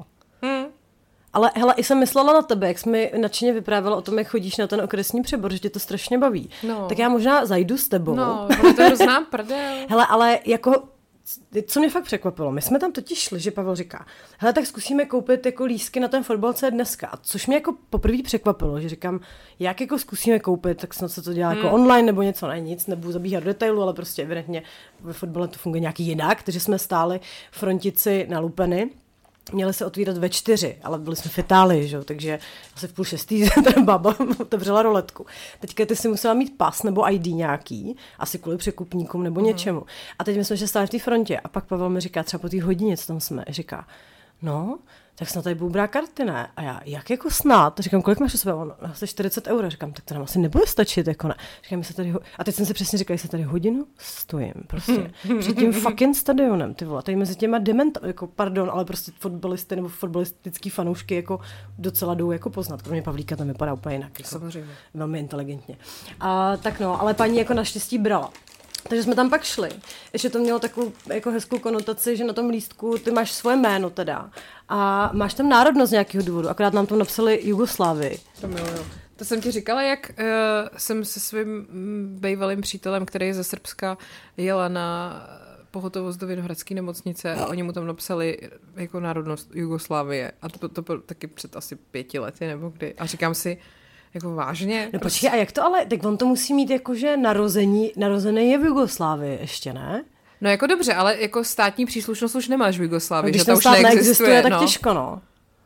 Ale hele, i jsem myslela na tebe, jak jsi mi nadšeně vyprávěla o tom, jak chodíš na ten okresní přebor, že tě to strašně baví. No. Tak já možná zajdu s tebou. No, to je hrozná prdel. Hele, ale jako, co mě fakt překvapilo, my jsme tam totiž šli, že Pavel říká, hele, tak zkusíme koupit jako lístky na ten fotbal, co je dneska. A což mě jako poprvé překvapilo, že říkám, jak jako zkusíme koupit, tak snad se to dělá jako online nebo něco, ne, nic, nebudu zabíhat do detailu, ale prostě evidentně ve fotbale to funguje nějaký jinak, takže jsme stáli v frontici na Lupeny. Měli se otvírat ve 4, ale byli jsme v Itálii, že? Takže asi v 5:30 ta baba otevřela roletku. Teďka ty si musela mít pas nebo ID nějaký, asi kvůli překupníkům nebo něčemu. A teď my jsme ještě stáli v té frontě a pak Pavel mi říká, třeba po té hodině, co tam jsme, říká, no, tak snad tady budou brát karty, ne? A já, jak jako snad? Říkám, kolik máš u sebe? On, asi 40 €. Říkám, tak to nám asi nebude stačit, jako ne. Říkám, my se tady a teď jsem si přesně říkala, že se tady hodinu stojím, prostě. Před tím fucking stadionem, ty vole. Tady mezi těma jako pardon, ale prostě fotbalisty nebo fotbalistický fanoušky jako docela jdou jako poznat. Kromě Pavlíka tam vypadá úplně jinak. Jako, samozřejmě. Velmi inteligentně. A tak no, ale paní jako naštěstí brala. Takže jsme tam pak šli. Ještě to mělo takovou jako hezkou konotaci, že na tom lístku ty máš svoje jméno teda a máš tam národnost z nějakého důvodu, akorát nám tam napsali Jugoslávii. To miluju. To jsem ti říkala, jak jsem se svým bývalým přítelem, který je ze Srbska, jela na pohotovost do Vinohradské nemocnice a oni mu tam napsali jako národnost Jugoslávie. A to taky před asi 5 lety nebo kdy. A říkám si, jako vážně? No počkej, a jak to ale, tak on to musí mít jakože narozený je v Jugoslávii ještě, ne? No jako dobře, ale jako státní příslušnost už nemáš v Jugoslávii, když že to už neexistuje, tak těžko, no.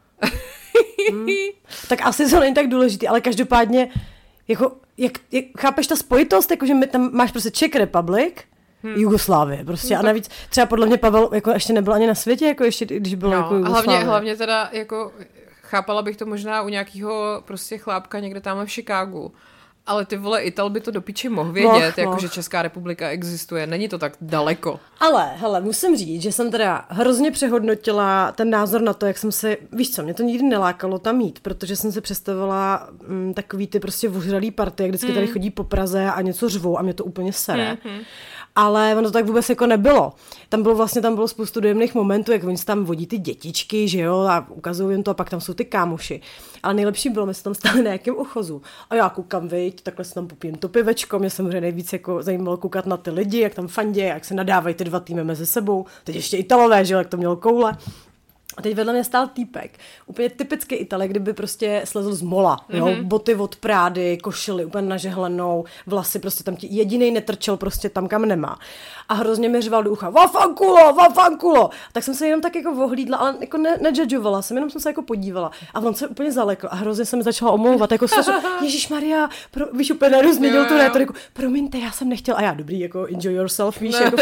Tak asi to není tak důležitý, ale každopádně, jako, jak chápeš ta spojitost, jakože my tam máš prostě Czech Republic, Jugoslávie prostě no, a navíc třeba podle mě Pavel jako ještě nebyl ani na světě, jako ještě když byl jako Jugoslávie. A hlavně teda jako chápala bych to možná u nějakého prostě chlápka někde tamhle v Chicagu. Ale ty vole, Ital by to do piči mohl vědět, jakože Česká republika existuje. Není to tak daleko. Ale, hele, musím říct, že jsem teda hrozně přehodnotila ten názor na to, jak jsem se, víš co, mě to nikdy nelákalo tam jít, protože jsem se představila takový ty prostě vožralý party, jak vždycky tady chodí po Praze a něco řvou a mě to úplně sere. ale ono to tak vůbec jako nebylo. Tam bylo spoustu dojemných momentů, jak oni se tam vodí ty dětičky, že jo, a ukazují jim to a pak tam jsou ty kámoši. Ale nejlepší bylo, my jsme tam stáli na nějakém ochozu. A já koukám, viď, takhle se tam popijím to pivečko, mě samozřejmě nejvíc jako zajímalo koukat na ty lidi, jak tam fandí, jak se nadávají ty dva týmy mezi sebou. Teď ještě Italové, že jo, jak to mělo koule. A teď vedle mě stál týpek, úplně typický Italek, kdyby prostě slezl z mola, jo? Boty od Prády, košily úplně nažehlenou, vlasy prostě tam ti jedinej netrčel prostě tam, kam nemá. A hrozně mi řval do ucha, vafankulo. Tak jsem se jenom tak jako ohlídla, ale jako nejudžovala jsem, jenom jsem se jako podívala. A on se úplně zalekl a hrozně se mi začala omlouvat, jako Ježišmarja, víš, úplně nerozměnil tu rétoriku, promiňte, já jsem nechtěl, a já dobrý, jako enjoy yourself, víš, jako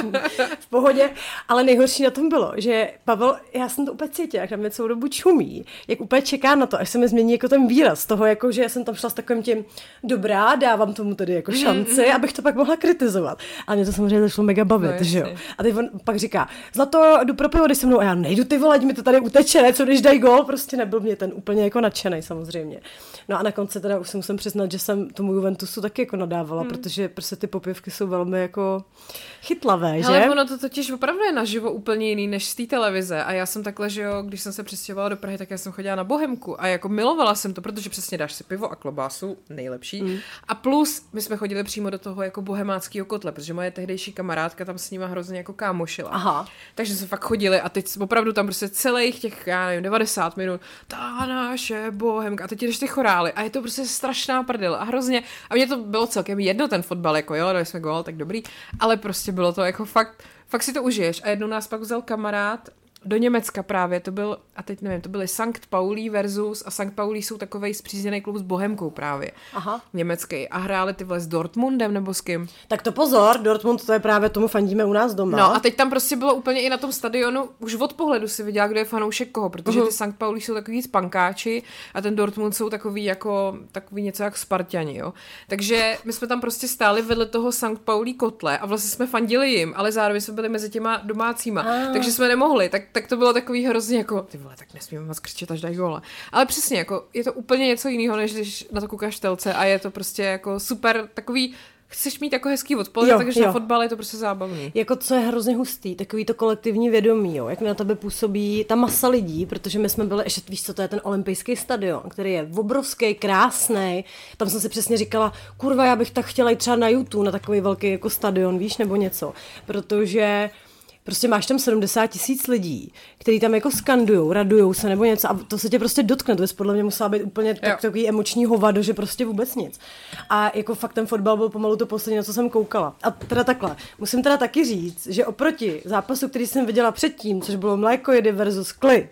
v pohodě. Ale nejhorší na tom bylo, že Pavel, já jsem to úplně cítila, jak na mě celou dobu čumí, jak úplně čeká na to, až se mi změní jako ten výraz toho, jako že já jsem tam šla s takovým tím, dobrá, dávám tomu tady jako šanci, abych to pak mohla kritizovat. A mě to samozřejmě začalo mega bavit, no, že jo. A teď on pak říká, Zlato, jdu pro pivo, jdeš se mnou, a já nejdu, ty vole, mi to tady uteče, ne, co když dají gól, prostě nebyl mě ten úplně jako nadšenej samozřejmě. No a na konci teda už se musím přiznat, že jsem tomu Juventusu taky jako nadávala, protože prostě ty popivky jsou velmi jako chytlavé, že? Ale ono to totiž opravdu je naživo úplně jiný než z té televize a já jsem takhle, že jo, když jsem se přestěhovala do Prahy, tak já jsem chodila na Bohemku a jako milovala jsem to, protože přesně dáš si pivo a klobásu, nejlepší. A plus my jsme chodili přímo do toho jako bohemáckého kotle, protože moje tehdejší kamarádka tam s nima hrozně jako kámošila. Aha. Takže jsme fakt chodili a teď opravdu tam prostě celých těch, já nevím, 90 minut, ta naše Bohemka a teď jdeš ty chorály a je to prostě strašná prdel a hrozně, a mně to bylo celkem jedno ten fotbal, jako jo, dali jsme gól, tak dobrý, ale prostě bylo to jako fakt si to užiješ a jednou nás pak vzal kamarád do Německa právě, to byl, a teď nevím, to byly Sankt Pauli versus, a Sankt Pauli jsou takovej spřízněný klub s Bohemkou právě. Aha. Německý. A hráli ty vole s Dortmundem nebo s kým? Tak to pozor, Dortmund to je právě, tomu fandíme u nás doma. No a teď tam prostě bylo úplně i na tom stadionu, už od pohledu si viděla, kdo je fanoušek koho, protože ty Sankt Pauli jsou takový spankáči a ten Dortmund jsou takový jako, takový něco jak Spartani, jo. Takže my jsme tam prostě stáli vedle toho Sankt Pauli kotle a vlastně jsme fandili jim, ale zároveň jsme byli mezi těma domácíma, takže jsme nemohli, tak to bylo takový hrozně jako, ty vole, tak nesmíme moc křičet, až dají góla. Ale přesně, jako, je to úplně něco jiného, než když na to koukáš v telce a je to prostě jako super takový, chceš mít jako hezký odpoledne, takže na fotbal je to prostě zábavný. Jako co je hrozně hustý, takový to kolektivní vědomí, jo, jak na tebe působí ta masa lidí, protože my jsme byli, ještě víš co, to je ten olympijský stadion, který je obrovský, krásný. Tam jsem si přesně říkala, kurva, já bych tak chtěla jít třeba na YouTube, na takový velký jako stadion, víš, nebo něco, protože prostě máš tam 70 000 lidí, kteří tam jako skandujou, radujou se nebo něco a to se tě prostě dotkne, to bys podle mě musela být úplně takový emoční hovado, že prostě vůbec nic. A jako fakt ten fotbal byl pomalu to poslední, na co jsem koukala. A teda takhle, musím teda taky říct, že oproti zápasu, který jsem viděla předtím, což bylo Mlékojedy versus Kly,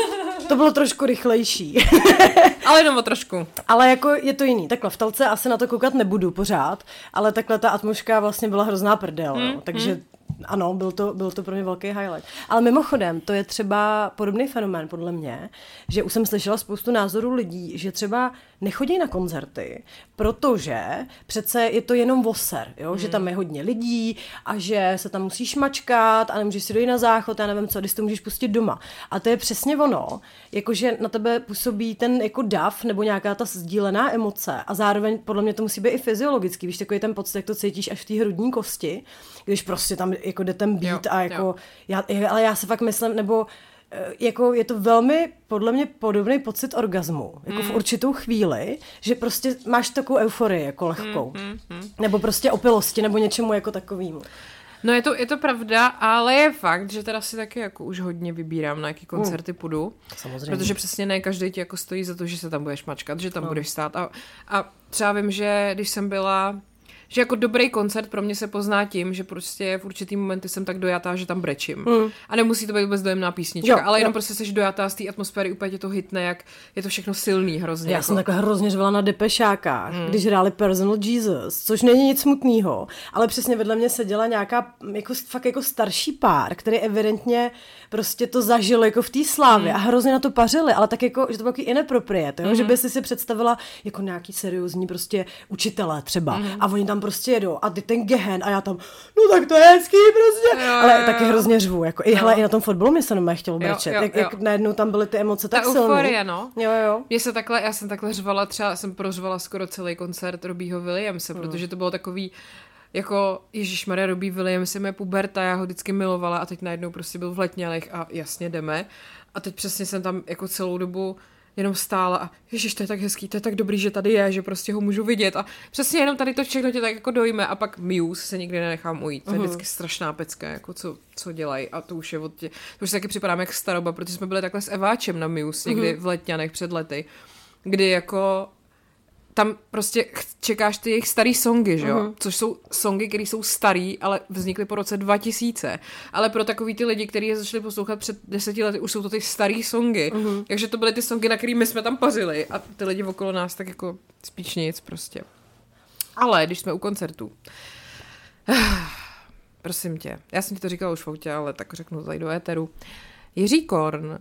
to bylo trošku rychlejší. Ale jenom o trošku. Ale jako je to jiný. Takhle v telce asi na to koukat nebudu pořád, ale takhle ta atmosféra vlastně byla hrozná prdel, takže ano, byl to pro mě velký highlight. Ale mimochodem, to je třeba podobný fenomén podle mě, že už jsem slyšela spoustu názorů lidí, že třeba nechodí na koncerty, protože přece je to jenom voser, jo? Že tam je hodně lidí a že se tam musíš mačkat a nemůžeš si dojít na záchod, já nevím co, když to můžeš pustit doma. A to je přesně ono, jakože na tebe působí ten jako dav nebo nějaká ta sdílená emoce a zároveň podle mě to musí být i fyziologický, víš, takový ten pocit, jak to cítíš až v té hrudní kosti, když prostě tam jako jde ten beat a jako, ale já se fakt myslím, nebo jako je to velmi, podle mě, podobný pocit orgazmu, jako v určitou chvíli, že prostě máš takovou euforii, jako lehkou, nebo prostě opilosti, nebo něčemu jako takovýmu. No je to pravda, ale je fakt, že teda si taky jako už hodně vybírám, na jaký koncerty půjdu. Samozřejmě. Protože přesně ne každý ti jako stojí za to, že se tam budeš mačkat, že tam budeš stát. A třeba vím, že když jsem byla, že jako dobrý koncert pro mě se pozná tím, že prostě v určitý momenty jsem tak dojatá, že tam brečím. A nemusí to být vůbec dojemná písnička, ale jenom prostě jsi dojatá z té atmosféry, úplně tě to hitne, jak je to všechno silný hrozně. Já jsem takhle hrozně řvala na Depešákách, když hráli Personal Jesus, což není nic smutného, ale přesně vedle mě seděla nějaká jako, fakt jako starší pár, který evidentně prostě to zažil jako v té slávě a hrozně na to pařili, ale tak jako, že to bylo takový inappropriate, že by si představila jako nějaký seriózní prostě učitelé třeba a oni tam prostě jedou a ty ten gehen a já tam, no tak to je hezký prostě, ale taky hrozně řvu, jako i na tom fotbalu mě se nemá chtělo brečet, jak najednou tam byly ty emoce tak silné. Ta euforie, no. Jo. Já jsem takhle řvala, třeba jsem prořvala skoro celý koncert Robbieho Williamse, protože to bylo takový, jako Ježišmarja, Robbie Williams je mé puberta, já ho vždycky milovala a teď najednou prostě byl v Letňanech a jasně jdeme. A teď přesně jsem tam jako celou dobu jenom stála a ježiš, to je tak hezký, to je tak dobrý, že tady je, že prostě ho můžu vidět a přesně jenom tady to všechno tě tak jako dojme a pak Muse se nikdy nenechám ujít. To je vždycky strašná pecka, jako co dělají a to už je to už se taky připadám jak staroba, protože jsme byli takhle s Eváčem na Muse někdy v Letňanech před lety, kdy jako tam prostě čekáš ty jejich starý songy, že jo? Což jsou songy, které jsou starý, ale vznikly po roce 2000. Ale pro takový ty lidi, kteří je začali poslouchat před 10 lety, už jsou to ty starý songy. Takže to byly ty songy, na kterými jsme tam pařili. A ty lidi okolo nás tak jako spíš nic prostě. Ale když jsme u koncertů. Prosím tě, já jsem ti to říkala už v autě, ale tak řeknu to tady do éteru. Jiří Korn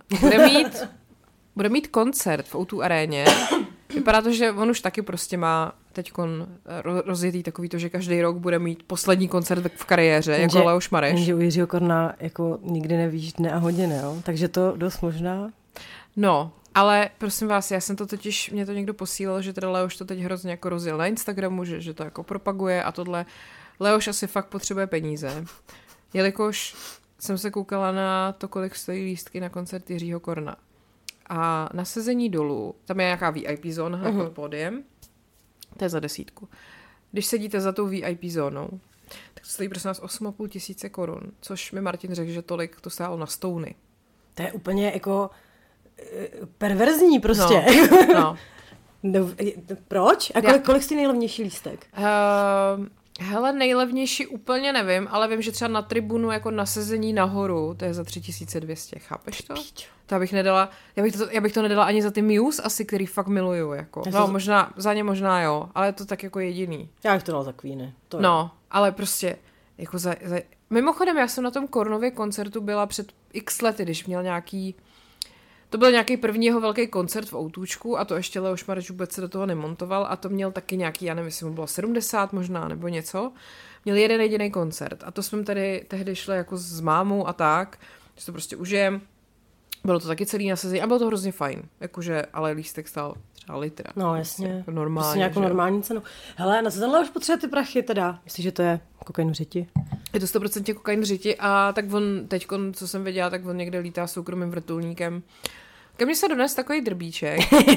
bude mít koncert v O2 aréně. Vypadá to, že on už taky prostě má teďkon rozjetý takový to, že každý rok bude mít poslední koncert v kariéře, jako Leoš Mareš. Jenže u Jiřího Korna jako nikdy nevíš dne a hodiny, jo? Takže to dost možná. No, ale prosím vás, já jsem to totiž, mě to někdo posílal, že teda Leoš to teď hrozně jako rozjel na Instagramu, že to jako propaguje a tohle. Leoš asi fakt potřebuje peníze, jelikož jsem se koukala na to, kolik stojí lístky na koncert Jiřího Korna. A na sezení dolů, tam je nějaká VIP zóna pod pódiem, to je za 10. Když sedíte za tou VIP zónou, tak to stojí prosím nás 8,5 tisíce korun, což mi Martin řekl, že tolik to stálo na Stouny. To je úplně jako perverzní prostě. No. No, proč? A kolik stojí nejlevnější lístek? Hele, nejlevnější úplně nevím, ale vím, že třeba na tribunu jako na sezení nahoru, to je za 3200, chápeš to? To bych nedala, já bych to nedala ani za ty Muse asi, který fakt miluju, jako. No, možná, za ně možná jo, ale je to tak jako jediný. Já bych to dala za Queeny. No, ale prostě, jako mimochodem, já jsem na tom Kornově koncertu byla před x lety, když měl nějaký, to byl nějaký první jeho velký koncert v Outůčku a to ještě Leoš Mareš vůbec se do toho nemontoval a to měl taky nějaký, já nevím, jestli mu bylo 70 možná nebo něco. Měl jeden jediný koncert a to jsme tady tehdy šli jako s mámou a tak, že to prostě užijem. Bylo to taky celý nasazení a bylo to hrozně fajn, jakože, ale lístek stál třeba litra. No jasně, jako normálně, prostě nějakou normální cenu. Hele, na co tenhle už potřebuje ty prachy teda? Myslíš, že to je kokain v řiti? Je to 100% kokain v řiti a tak on teďko, co jsem věděla, tak on někde lítá soukromým vrtulníkem. Ke mně se dones takový drbíček.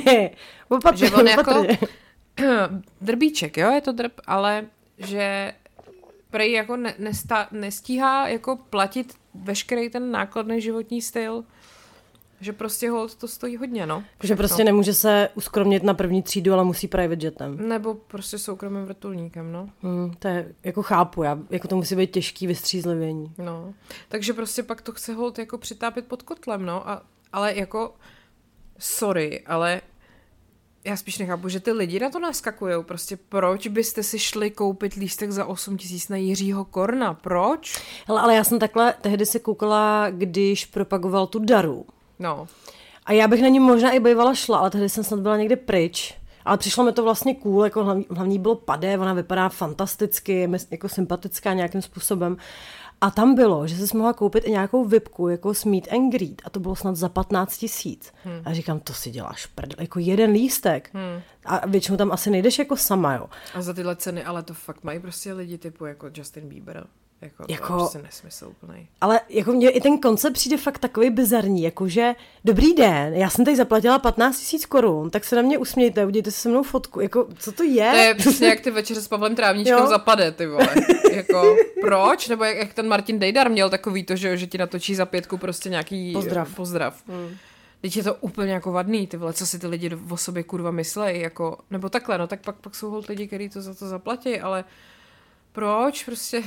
Že on jako drbíček, jo, je to drb, ale že prej jako nestíhá jako platit veškerý ten nákladný životní styl. Že prostě hold to stojí hodně, no. Že prostě nemůže se uskromnit na první třídu, ale musí private jetem. Nebo prostě soukromým vrtulníkem, no. To je, jako chápu, jako to musí být těžký vystřízlivění. No, takže prostě pak to chce hold jako přitápět pod kotlem, no. Ale jako, sorry, ale já spíš nechápu, že ty lidi na to naskakujou. Prostě proč byste si šli koupit lístek za 8 000 na Jiřího Korna? Proč? Hele, ale já jsem takhle tehdy se koukala, když propagoval tu Daru. No. A já bych na ní možná i bývala šla, ale tehdy jsem snad byla někde pryč. Ale přišlo mi to vlastně cool, jako hlavní bylo Padé, ona vypadá fantasticky, je jako sympatická nějakým způsobem. A tam bylo, že jsi mohla koupit i nějakou vipku, jako s meet and greet, a to bylo snad za 15 000. A říkám, to si děláš prdel, jako jeden lístek. A většinou tam asi nejdeš jako sama, jo. A za tyhle ceny, ale to fakt mají prostě lidi typu jako Justin Bieber. Jako to je prostě nesmysl úplnej. Ale jako mně i ten koncept přijde fakt takový bizarní, jakože dobrý den, já jsem tady zaplatila 15 000 korun, tak se na mě usmějte, udějte si se mnou fotku, jako co to je? To je přesně jak ty večeře s Pavlem Trávníčkem zapade, ty vole. Jako proč? Nebo jak ten Martin Dejdar měl takový to, že ti natočí za 5 prostě nějaký pozdrav. Teď je to úplně jako vadný, ty vole, co si ty lidi o sobě kurva myslej, jako, nebo takhle, no tak pak jsou holt lidi, kteří to za to zaplatí, ale proč? Prostě.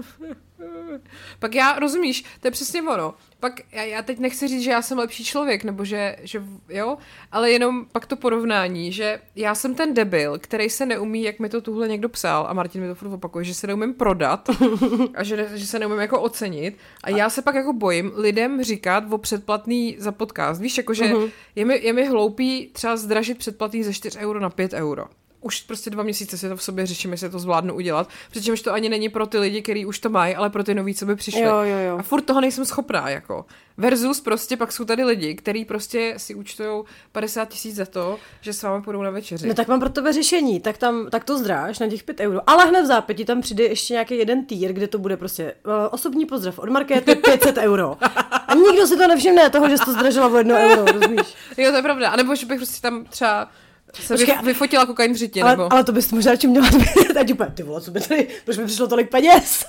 Pak já, rozumíš, to je přesně ono. Pak já teď nechci říct, že já jsem lepší člověk, nebo že jo, ale jenom pak to porovnání, že já jsem ten debil, který se neumí, jak mi to tuhle někdo psal, a Martin mi to furt opakuje, že se neumím prodat a že se neumím jako ocenit. A já se pak jako bojím lidem říkat o předplatný za podcast. Víš, jakože je mi hloupý třeba zdražit předplatný ze 4 euro na 5 euro. už prostě 2 měsíce si to v sobě řeším, jestli to zvládnu udělat, přičemž to ani není pro ty lidi, kteří už to mají, ale pro ty noví, co by přišli. Jo. A furt toho nejsem schopná, jako. Versus prostě pak jsou tady lidi, kteří prostě si účtujou 50 000 za to, že s vámi půjdou na večeři. No tak mám pro tebe řešení, tak to zdráš na těch 5 €, ale hned v zápětí tam přijde ještě nějaký jeden týr, kde to bude prostě osobní pozdrav od Markéty 500 €. A nikdo si to nevšimne toho, že jsi to zdražila o 1 €, rozumíš? Jo, to je pravda. A nebo že bych prostě tam třeba vyfotila kokain v řitě, nebo... Ale to bys možná radši měla být, ať úplně, ty vole, co by tady, proč mi přišlo tolik peněz?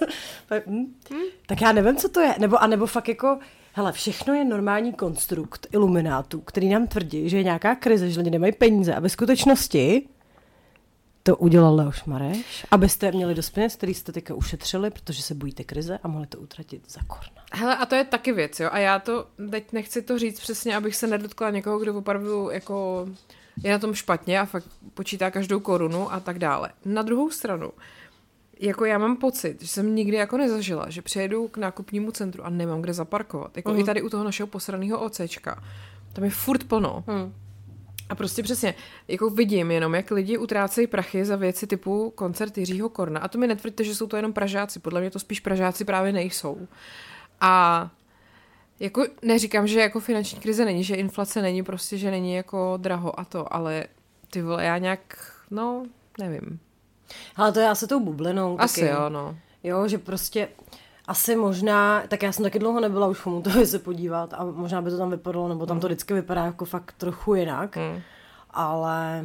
Tak já nevím, co to je. Nebo fakt jako, hele, všechno je normální konstrukt iluminátů, který nám tvrdí, že je nějaká krize, že lidi nemají peníze a ve skutečnosti to udělal Leoš Mareš, abyste měli dost peněz, který jste teďka ušetřili, protože se bojíte krize a mohli to utratit za korna. Hele, a to je taky věc, jo, a já to teď nechci to říct přesně, abych se nedotkla někoho, kdo opravdu jako je na tom špatně a fakt počítá každou korunu a tak dále. Na druhou stranu, jako já mám pocit, že jsem nikdy jako nezažila, že přijedu k nákupnímu centru a nemám kde zaparkovat. Jako i tady u toho našeho posraného OCčka. Tam je furt plno. A prostě přesně, jako vidím jenom, jak lidi utrácejí prachy za věci typu koncert Jiřího Korna. A to mi netvrďte, že jsou to jenom Pražáci. Podle mě to spíš Pražáci právě nejsou. A jako neříkám, že jako finanční krize není, že inflace není, prostě, že není jako draho a to, ale ty vole, já nějak, no, nevím. Ale to je asi tou bublinou. Asi taky. jo, no. Jo, že prostě asi možná, tak já jsem taky dlouho nebyla už Chomutově se podívat a možná by to tam vypadalo, nebo tam to vždycky vypadá jako fakt trochu jinak, ale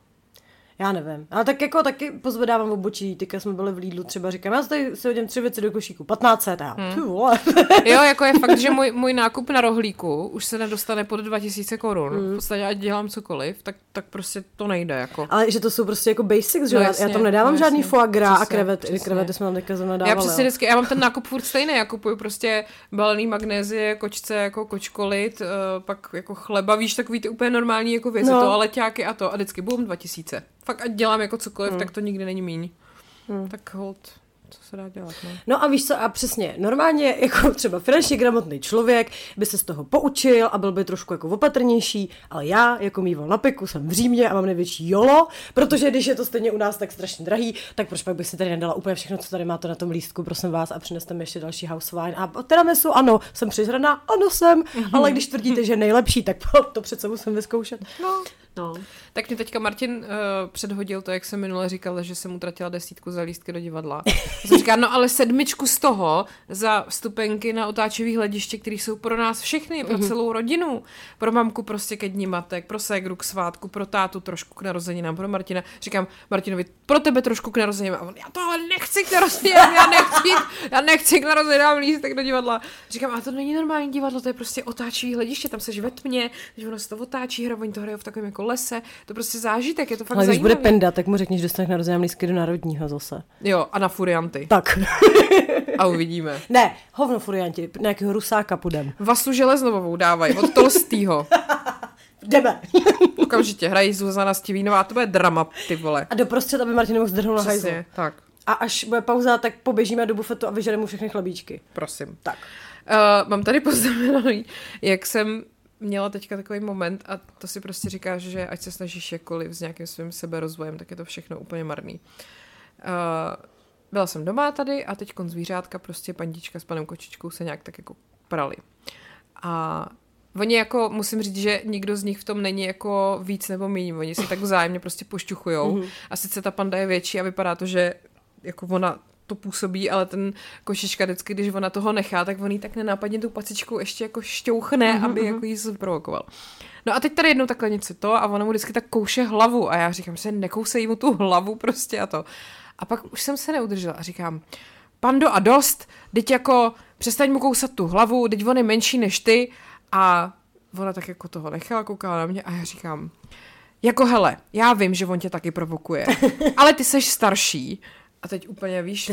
já nevím. Ale tak jako taky pozvedávám v obočí, teďka jsme byli v Lidlu třeba, říkám, já tady si hodím 3 věci do košíku, 1500 a ty vole. Jo, jako je fakt, že můj nákup na rohlíku už se nedostane pod 2000 korun. V podstatě ať dělám cokoliv, tak prostě to nejde, jako. Ale že to jsou prostě jako basics, že no, já tam nedávám no, žádný foie gras a krevety jsme tam teďka zrovna dávali. Já přesně vždycky, já mám ten nákup furt stejný, já kupuju prostě balený magnézie, kočce, jako kočkolit, pak jako chleba, víš, takový ty úplně normální jako věci, to aleťáky a to a vždycky bum 2000. Fakt ať dělám jako cokoliv, tak to nikdy není míň. Tak hold, co se dá dělat, no. No a víš co, a přesně, normálně jako třeba finančně gramotný člověk by se z toho poučil a byl by trošku jako opatrnější, ale já jako mýval na piku, jsem v Římě a mám největší jolo, protože když je to stejně u nás tak strašně drahý, tak proč pak bych si tady nedala úplně všechno, co tady máte na tom lístku, prosím vás, a přineste mi ještě další house wine. A tiramisu, ano, jsem přizraná, ano jsem, ale když tvrdíte, že je nejlepší, tak to přece musím vyzkoušet. No. Tak mě teďka Martin předhodil to, jak jsem minule říkala, že jsem utratila 10 za lístky do divadla. Jsem říkala, no ale 7 z toho za vstupenky na otáčivý hlediště, které jsou pro nás všechny, pro celou rodinu. Pro mamku prostě ke dní matek, pro ségru k svátku, pro tátu trošku k narozeninám, pro Martina. Říkám Martinovi, pro tebe trošku k narozeninám. A on, já to ale nechci k narozeninám, já nechci k narozeninám lístek do divadla. Říkám, a to není normální divadlo, to je prostě otáčivý hlediště, tam seš ve tmě, že ono se to otáčí, oni to hrajou v takovém jako lese, to prostě zážitek, je to fakt ale zajímavý. když bude Penda, tak mu řekni, že dostaneš narozeninám lístky do Národního zase. Jo, a na furianty. Tak. A uvidíme. Ne, hovno furianti, nějakého Rusáka půjdem. Vasu Železnovou dávají, od Tolstýho. Jdeme. Okamžitě, hrají Zuzana Stivínová, to bude drama, ty vole. A doprostřed, aby Martin mohl zdrhnout na hajzlu. Tak. A až bude pauza, tak poběžíme do bufetu a vyžereme mu všechny chlebíčky. Prosím. Tak. Mám tady poznamenaný, jak jsem měla teďka takový moment a to si prostě říkáš, že ať se snažíš jakkoliv s nějakým svým seberozvojem, tak je to všechno úplně marný. Byla jsem doma tady a teď zvířátka, prostě pandička s panem kočičkou se nějak tak jako prali. A oni jako, musím říct, že nikdo z nich v tom není jako víc nebo míň. Oni se tak vzájemně prostě pošťuchujou. A sice ta panda je větší a vypadá to, že jako ona to působí, ale ten kočička vždycky, když ona toho nechá, tak on jí tak nenápadně tu pacičkou ještě jako šťouchne, aby jako jí zprovokoval. No a teď tady jednou takhle něco to a ona mu vždycky tak kouše hlavu a já říkám, že nekousej mu tu hlavu prostě a to. A pak už jsem se neudržela a říkám, pando a dost, teď jako přestaň mu kousat tu hlavu, teď on je menší než ty a ona tak jako toho nechala, koukala na mě a já říkám, jako hele, já vím, že on tě taky provokuje, ale ty seš starší a teď úplně víš,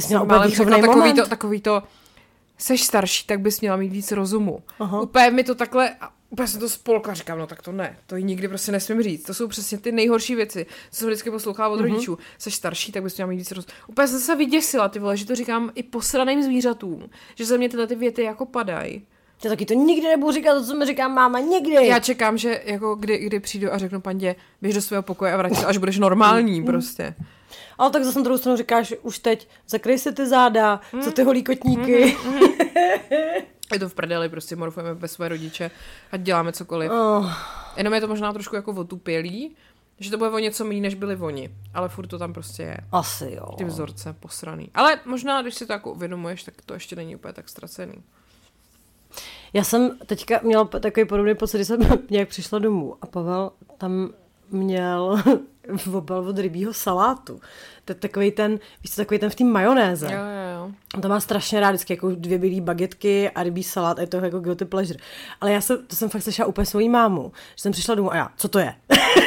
takový to, seš starší, tak bys měla mít víc rozumu. Aha. Úplně mi to takhle, úplně jsem to spolkla, říkám, no tak to ne, to jí nikdy prostě nesmím říct. To jsou přesně ty nejhorší věci, co jsem vždycky poslouchala od rodičů. Seš starší, tak bys měla mít víc rozumu. Úplně jsem se vyděsila, ty vole, že to říkám i posraným zvířatům, že ze mě tyhle ty věty jako padají. Já taky to nikdy nebudu říkat, to, co mi říká máma, nikdy. Já čekám, že jako kdy přijdu a řeknu pandě, běž do svého pokoje a vrať se, až budeš normální prostě. Ale tak zase na druhou stranu říkáš, už teď zakryj si ty záda, co ty holí kotníky. Je to v prdeli, prostě morfujeme bez své rodiče a děláme cokoliv. Jenom je to možná trošku jako otupělý, že to bude o něco méně, než byli oni. Ale furt to tam prostě je. Asi jo. Ty vzorce posraný. Ale možná, když si to jako uvědomuješ, tak to ještě není úplně tak ztracený. Já jsem teďka měla takový podobný pocit, když jsem nějak přišla domů a Pavel tam měl obal od rybího salátu. To je takový ten, víš co, takový ten v té majonéze. Jo. On to má strašně rád, vždycky jako 2 bílý bagetky a rybí salát, a je to jako guilty pleasure. Ale to jsem fakt slyšela úplně svojí mámu, že jsem přišla domů a já, co to je?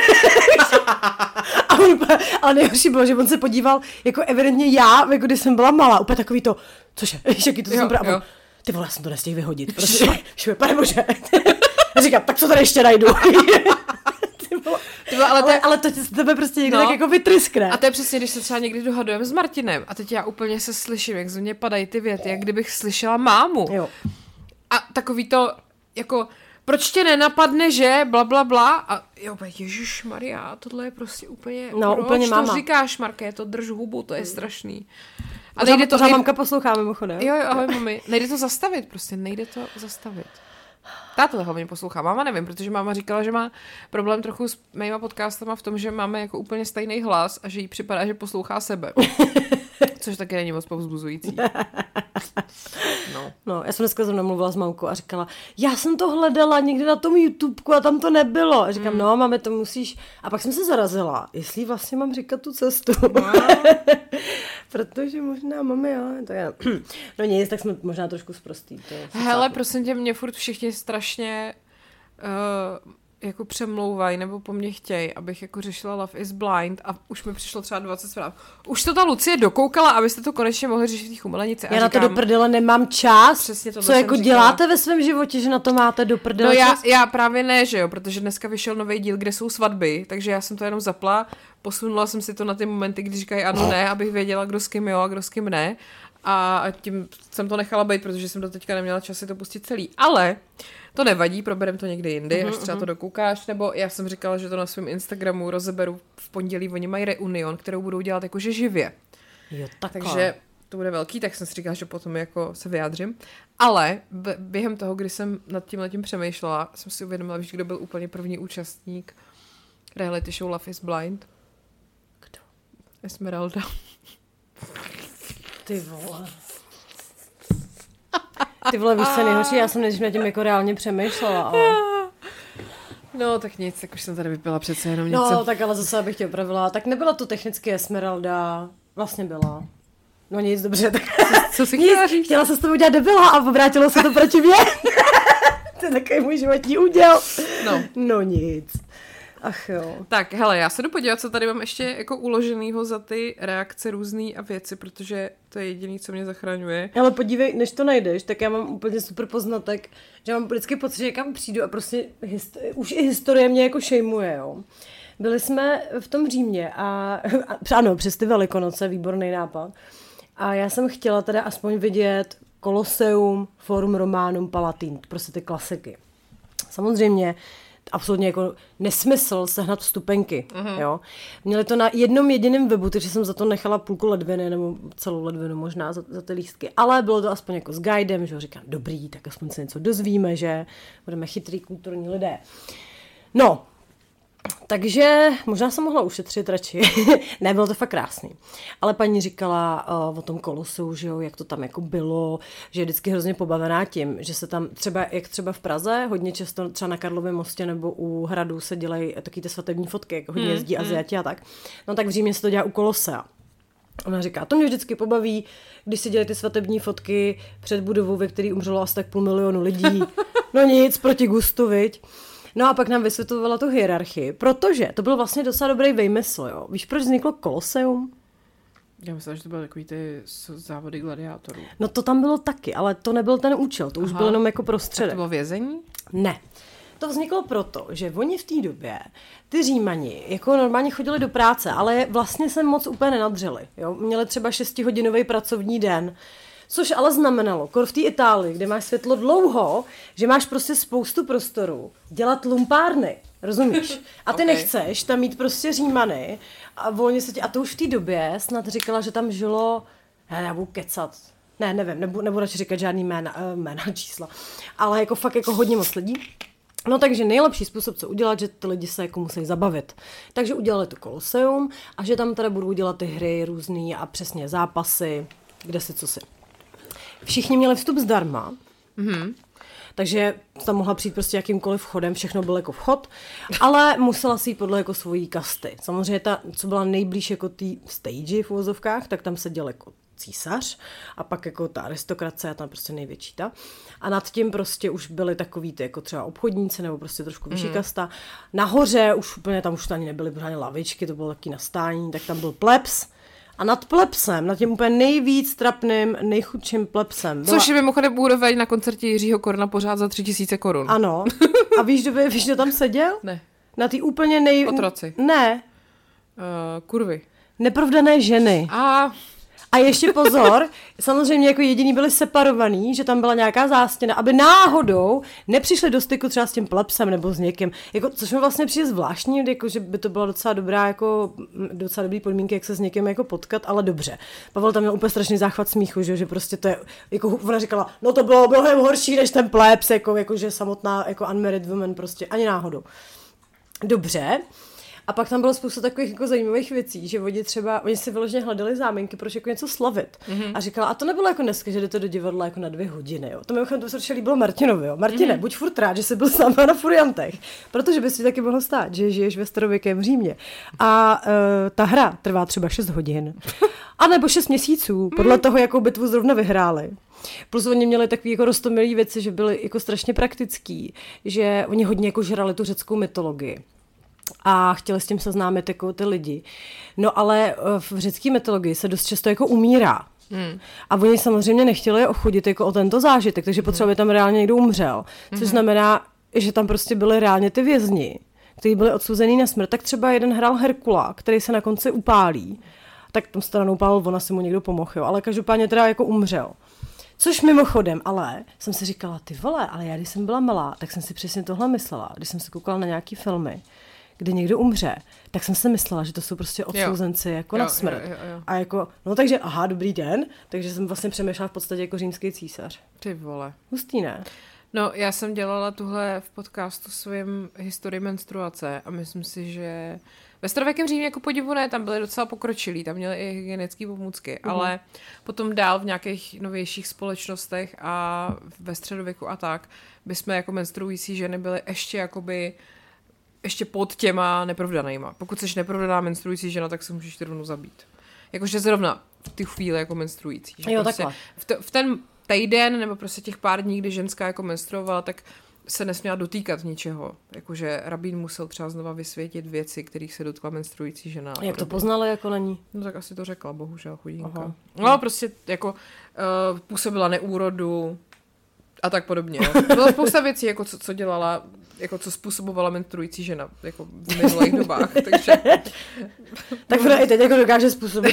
Ale nejhorší bylo, že on se podíval, jako evidentně já, jako když jsem byla malá, úplně takový to, cože, jaký to jsem právě. Ty vole, já jsem to nestihl vyhodit, protože, panebože. A říkám, tak co tady ještě najdu? Ale to tebe prostě někdy tak jako vytryskne. A to je přesně, když se třeba někdy dohadujeme s Martinem a teď já úplně se slyším, jak ze mě padají ty věty, jak kdybych slyšela mámu. Jo. A takový to, jako, proč tě nenapadne, že bla, bla, bla. A jo, ježišmarja, tohle je prostě úplně, proč úplně máma. To říkáš, Marké, to drž hubu, to je strašný. A nejde to, mamka poslouchá mimochodem. Jo, ahoj mami. Nejde to zastavit, prostě nejde to zastavit. Táta hlavně poslouchá. Máma nevím, protože máma říkala, že má problém trochu s mýma podcastama v tom, že máme jako úplně stejný hlas a že jí připadá, že poslouchá sebe. Což taky není moc povzbuzující. No, já jsem dneska zrovna mluvila s mamkou a říkala, já jsem to hledala někde na tom YouTubeku a tam to nebylo. A říkám, no, máme, to musíš. A pak jsem se zarazila, jestli vlastně mám říkat tu cestu. No. Protože možná máme, jo, to je. No nic, tak jsme možná trošku zprostý. Hele, prosím tě, mě furt všichni strašně jako přemlouvají nebo po mně chtějí, abych jako řešila Love is Blind a už mi přišlo třeba 20 zpráv. Už to ta Lucie dokoukala, abyste to konečně mohli řešit v té chumelenici. Já na to do prdele nemám čas. Co jako děláte ve svém životě, že na to máte do prdele čas? Já právě ne, že jo, protože dneska vyšel nový díl, kde jsou svatby, takže já jsem to jenom zapla, posunula jsem si to na ty momenty, kdy říkají ano, ne, abych věděla, kdo s kým jo a kdo s kým ne. A tím jsem to nechala být, protože jsem to teďka neměla čas si to pustit celý. Ale to nevadí, proberem to někdy jindy, až třeba to dokoukáš, nebo já jsem říkala, že to na svém Instagramu rozeberu v pondělí, oni mají reunion, kterou budou dělat jakože živě. Jo, takže to bude velký, tak jsem si říkala, že potom jako se vyjádřím. Ale během toho, kdy jsem nad tímhletím přemýšlela, jsem si uvědomila, že kdo byl úplně první účastník reality show Love is Blind. Kdo? Esmeralda. Ty vole. Ty vole, víš co nejhorší, já jsem než nad tím jako reálně přemýšlela, ale... No, tak nic, tak už jsem tady vypila přece jenom něco. No, tak ale zase abych tě opravila. Tak nebyla to technicky Esmeralda, vlastně byla. No nic, dobře, tak... Co jsi chtěla říct? Chtěla se s tebou dělat debila a obrátilo se to proti mě. To je takový můj životní úděl. No nic. Ach jo. Tak, hele, já se jdu podívat, co tady mám ještě jako uloženýho za ty reakce různý a věci, protože to je jediný, co mě zachraňuje. Ale podívej, než to najdeš, tak já mám úplně super poznatek, že mám vždycky pocit, že kam přijdu a prostě už i historie mě jako šejmuje, jo. Byli jsme v tom Římě a ano, přes ty Velikonoce, výborný nápad. A já jsem chtěla teda aspoň vidět Koloseum, Forum Romanum, Palatin, prostě ty klasiky. Samozřejmě absolutně jako nesmysl sehnat vstupenky, jo. Měli to na jednom jediném webu, takže jsem za to nechala půlku ledviny, nebo celou ledvinu možná za ty lístky, ale bylo to aspoň jako s guidem, že jo, říkám, dobrý, tak aspoň se něco dozvíme, že budeme chytrý kulturní lidé. No, takže možná jsem mohla ušetřit radši. Ne, bylo to fakt krásný. Ale paní říkala o tom Koloseu, že jo, jak to tam jako bylo, že je vždycky hrozně pobavená tím, že se tam třeba v Praze, hodně často třeba na Karlově mostě nebo u hradu se dělají taky ty svatební fotky, jako hodně jezdí Aziati a tak. No tak v Římě se to dělá u Kolosea. Ona říká, to mě vždycky pobaví, když si dělají ty svatební fotky před budovou, ve které umřelo asi tak 500 000 lidí. No nic, proti gustu, viď. No a pak nám vysvětlovala tu hierarchii, protože to byl vlastně docela dobrý vymysl, jo. Víš, proč vzniklo Koloseum? Já myslím, že to byly takový ty závody gladiátorů. No to tam bylo taky, ale to nebyl ten účel, to už bylo jenom jako prostředek. Tak to bylo vězení? Ne. To vzniklo proto, že oni v té době, ty Římani, jako normálně chodili do práce, ale vlastně se moc úplně nenadřeli, jo. Měli třeba 6hodinový pracovní den, Což ale znamenalo, kor v té Itálii, kde máš světlo dlouho, že máš prostě spoustu prostoru dělat lumpárny. Rozumíš? A ty nechceš tam mít prostě Římany a volně se a to už v té době snad říkala, že tam žilo, já budu kecat, nevím, nebudu radši říkat žádný jména čísla, ale jako fakt jako hodně moc lidí. No takže nejlepší způsob, co udělat, že ty lidi se jako musí zabavit. Takže udělali to Koloseum a že tam teda budou dělat ty hry různý a přesně zápasy, kde si co si. Všichni měli vstup zdarma, takže tam mohla přijít prostě jakýmkoliv vchodem, všechno bylo jako vchod, ale musela si jít podle jako svojí kasty. Samozřejmě ta, co byla nejblíž jako té stage v uvozovkách, tak tam seděl jako císař a pak jako ta aristokracie a tam prostě největší ta. A nad tím prostě už byly takový ty jako třeba obchodníci nebo prostě trošku vyšší kasta. Nahoře už úplně tam už ani nebyly pořádně lavičky, to bylo taky nastání, tak tam byl plebs. A nad plebsem, nad tím úplně nejvíc trapným, nejchudším plebsem. Což je mimochodem úroveň na koncertě Jiřího Korna pořád za 3000 korun. Ano. A víš, kdo tam seděl? Ne. Na ty úplně Otroci. Ne. Kurvy. Neprovdané ženy. A ještě pozor, samozřejmě jako jediný byli separovaný, že tam byla nějaká zástěna, aby náhodou nepřišli do styku třeba s tím plebsem nebo s někým. Jako, což mi vlastně přijde zvláštní, jako, že by to byla docela dobrý podmínky, jak se s někým jako potkat, ale dobře. Pavel tam měl úplně strašný záchvat smíchu, že prostě to je, jako ona říkala, no to bylo mnohem horší než ten plebs, jako že samotná jako unmarried woman prostě ani náhodou. Dobře. A pak tam bylo spousta takových jako zajímavých věcí, že oni si vyloženě hledali záminky, proč jako něco slavit. A říkala, a to nebylo jako dneska, že jdete do divadla jako na 2 hodiny, jo. To mimochodem to se líbilo Martinovi, jo. Martine, buď furt rád, že jsi byl sám na Furiantech, protože by si taky mohlo stát, že žiješ ve starověkém Římě. A ta hra trvá třeba 6 hodin. A nebo 6 měsíců, podle toho, jakou bitvu zrovna vyhráli. Plus oni měli takový jako roztomilý věci, že byly jako strašně praktický, že oni hodně jako žrali tu řeckou mytologii. A chtěli s tím seznámit jako ty lidi. No ale v řecké mytologii se dost často jako umírá. A oni samozřejmě nechtěli ochudit jako o tento zážitek, takže potřebovali tam reálně někdo umřel. Což znamená, že tam prostě byli reálně ty vězni, kteří byli odsouzený na smrt. Tak třeba jeden hrál Herkula, který se na konci upálí. Tak tam stranou upálil, ona si mu někdo pomohl, jo. Ale každopádně teda jako umřel. Což mimochodem, ale jsem si říkala, ty vole, ale já když jsem byla malá, tak jsem si přesně tohle myslela, když jsem se koukala na nějaký filmy, kde někdo umře, tak jsem si myslela, že to jsou prostě odsouzenci jako na smrt. Jo. A jako, no takže, dobrý den, takže jsem vlastně přemýšlela v podstatě jako římský císař. Ty vole. Hustý, ne? No, já jsem dělala tuhle v podcastu svým historii menstruace a myslím si, že ve starověkém Římě jako podivu ne, tam byli docela pokročilí, tam měli i hygienické pomůcky, ale potom dál v nějakých novějších společnostech a ve středověku a tak, bychom jako menstruující ženy byly ještě pod těma neprovdanýma. Pokud jsi neprovdaná menstruující žena, tak se můžeš rovnou zabít. Jakože zrovna v tu chvíli jako menstruující. Jo, prostě v ten týden nebo prostě těch pár dní, kdy ženská jako menstruovala, tak se nesměla dotýkat ničeho. Jakože rabín musel třeba znova vysvětit věci, kterých se dotkla menstruující žena. Jak to poznali jako na ní? No tak asi to řekla, bohužel, chudinka. No prostě jako působila neúrodu a tak podobně. Byla spousta věcí, jako co dělala, jako co způsobovala menstruující žena jako v minulých dobách, takže... Tak ona i teď jako dokáže způsobit.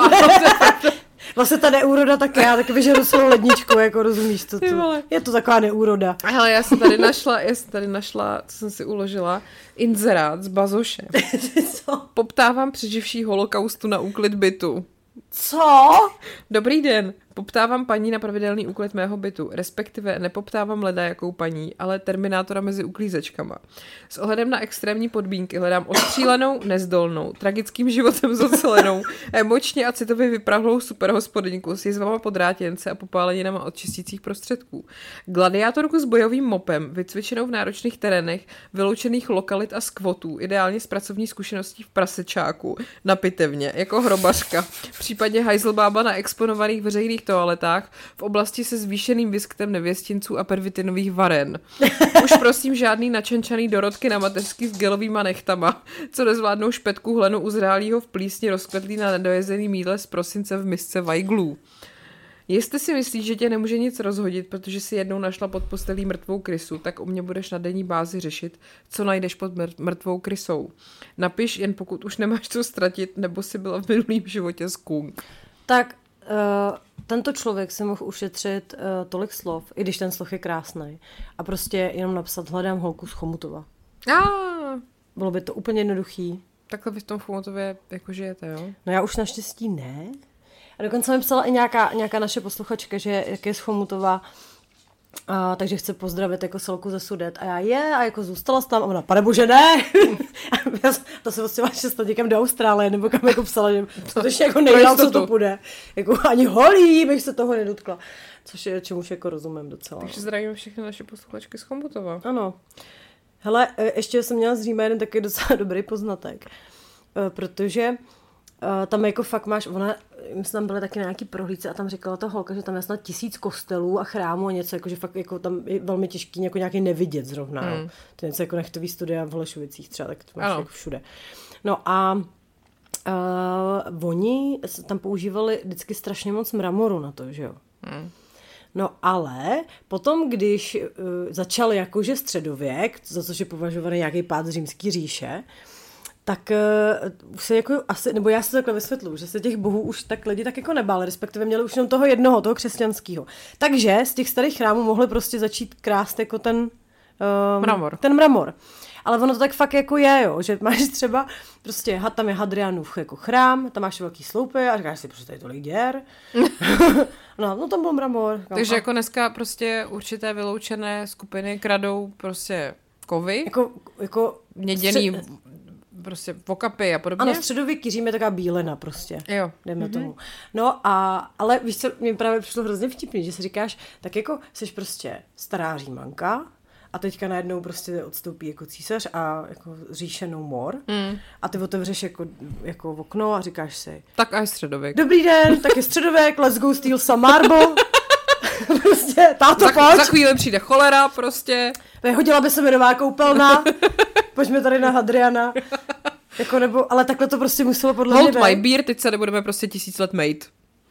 Vlastně ta neúroda taky, já taky vyžeru svou ledničku, jako rozumíš to. Je to taková neúroda. Hele, já jsem tady našla, co jsem si uložila, inzerát z Bazoše. Co? Poptávám přeživší holokaustu na úklid bytu. Co? Dobrý den. Poptávám paní na pravidelný úklid mého bytu, respektive nepoptávám ledajakou paní, ale terminátora mezi uklízečkama. S ohledem na extrémní podmínky hledám ostřílenou, nezdolnou, tragickým životem zocelenou, emočně a citově vyprahlou superhospodyňku s jizvama podrátěnce a popáleninama od čistících prostředků. Gladiátorku s bojovým mopem, vycvičenou v náročných terénech, vyloučených lokalit a skvotů, ideálně s pracovní zkušeností v prasečáku, na pitevně, jako hrobařka, případně hajzlbába na exponovaných veřejných toaletách v oblasti se zvýšeným vyskytem nevěstinců a pervitinových varen. Už prosím žádný načančaný dorodky na mateřský s gelovýma nechtama, co nezvládnou špetku hlenu uzrálýho v plísni rozkvetlý na nedojezený mídle z prosince v misce vajglů. Jestli si myslíš, že tě nemůže nic rozhodit, protože si jednou našla pod postelí mrtvou krysu, tak u mě budeš na denní bázi řešit, co najdeš pod mrtvou krysou. Napiš, jen pokud už nemáš co ztratit, nebo si byla v minulým životě skunk. Tak tento člověk si mohl ušetřit tolik slov, i když ten slov je krásný. A prostě jenom napsat hledám holku z Chomutova. Bylo by to úplně jednoduchý. Takhle vy v tom Chomutově jako žijete, jo? No já už naštěstí ne. A dokonce mi psala i nějaká naše posluchačka, že jak je z Chomutova, takže chce pozdravit jako Selku ze Sudet. A já a jako zůstala jsem tam a ona, panebože ne! To se vlastně máš snad někam do Austrálie, nebo kam jako psala, že skutečně jako nejdál, co to půjde. Jako ani holí bych se toho nedotkla. Což je, čemuž jako rozumím docela. Takže zdravím všechny naše posluchačky z Chomutova. Ano. Hele, ještě jsem měla z Říma jeden taky docela dobrý poznatek. Protože tam jako fakt máš, my jsme tam byli taky na nějaký prohlídce a tam říkala ta holka, že tam je snad 1000 kostelů a chrámů a něco, jakože fakt jako tam je velmi těžký jako nějaký nevidět zrovna. Jo. To je něco jako nechtový studia v Holešovicích třeba, tak to máš jako všude. No a oni tam používali vždycky strašně moc mramoru na to, že jo. No ale potom, když začal jakože středověk, za což je považovaný nějaký pád římský říše, tak se jako asi, nebo já si to takhle vysvětluji, že se těch bohů už tak lidi tak jako nebáli, respektive měli už jenom toho jednoho, toho křesťanského. Takže z těch starých chrámů mohli prostě začít krást jako ten mramor. Ale ono to tak fakt jako je, jo, že máš třeba prostě, tam je Hadrianův jako chrám, tam máš velký sloupy a říkáš si, proč tady tolik děr. No tam byl mramor. Takže jako dneska prostě určité vyloučené skupiny kradou prostě kovy. Jako měděný prostě pokapy a podobně. Ano, středověký Řím je taková bílena prostě. Jo. Jdeme tomu. No ale víš co, mě právě přišlo hrozně vtipný, že si říkáš, tak jako jsi prostě stará Římanka a teďka najednou prostě odstoupí jako císař a jako říše no more a ty otevřeš jako okno a říkáš si. Tak a je středověk. Dobrý den, tak je středověk, let's go steal some marble. Prostě, táto pojď. Za chvíli přijde cholera prostě. Hodila by se mi nová koupelna. Pojďme tady na Hadriana. Jako nebo, ale takhle to prostě muselo podle mě být. Hold my beer, teď se nebudeme prostě 1000 let mate.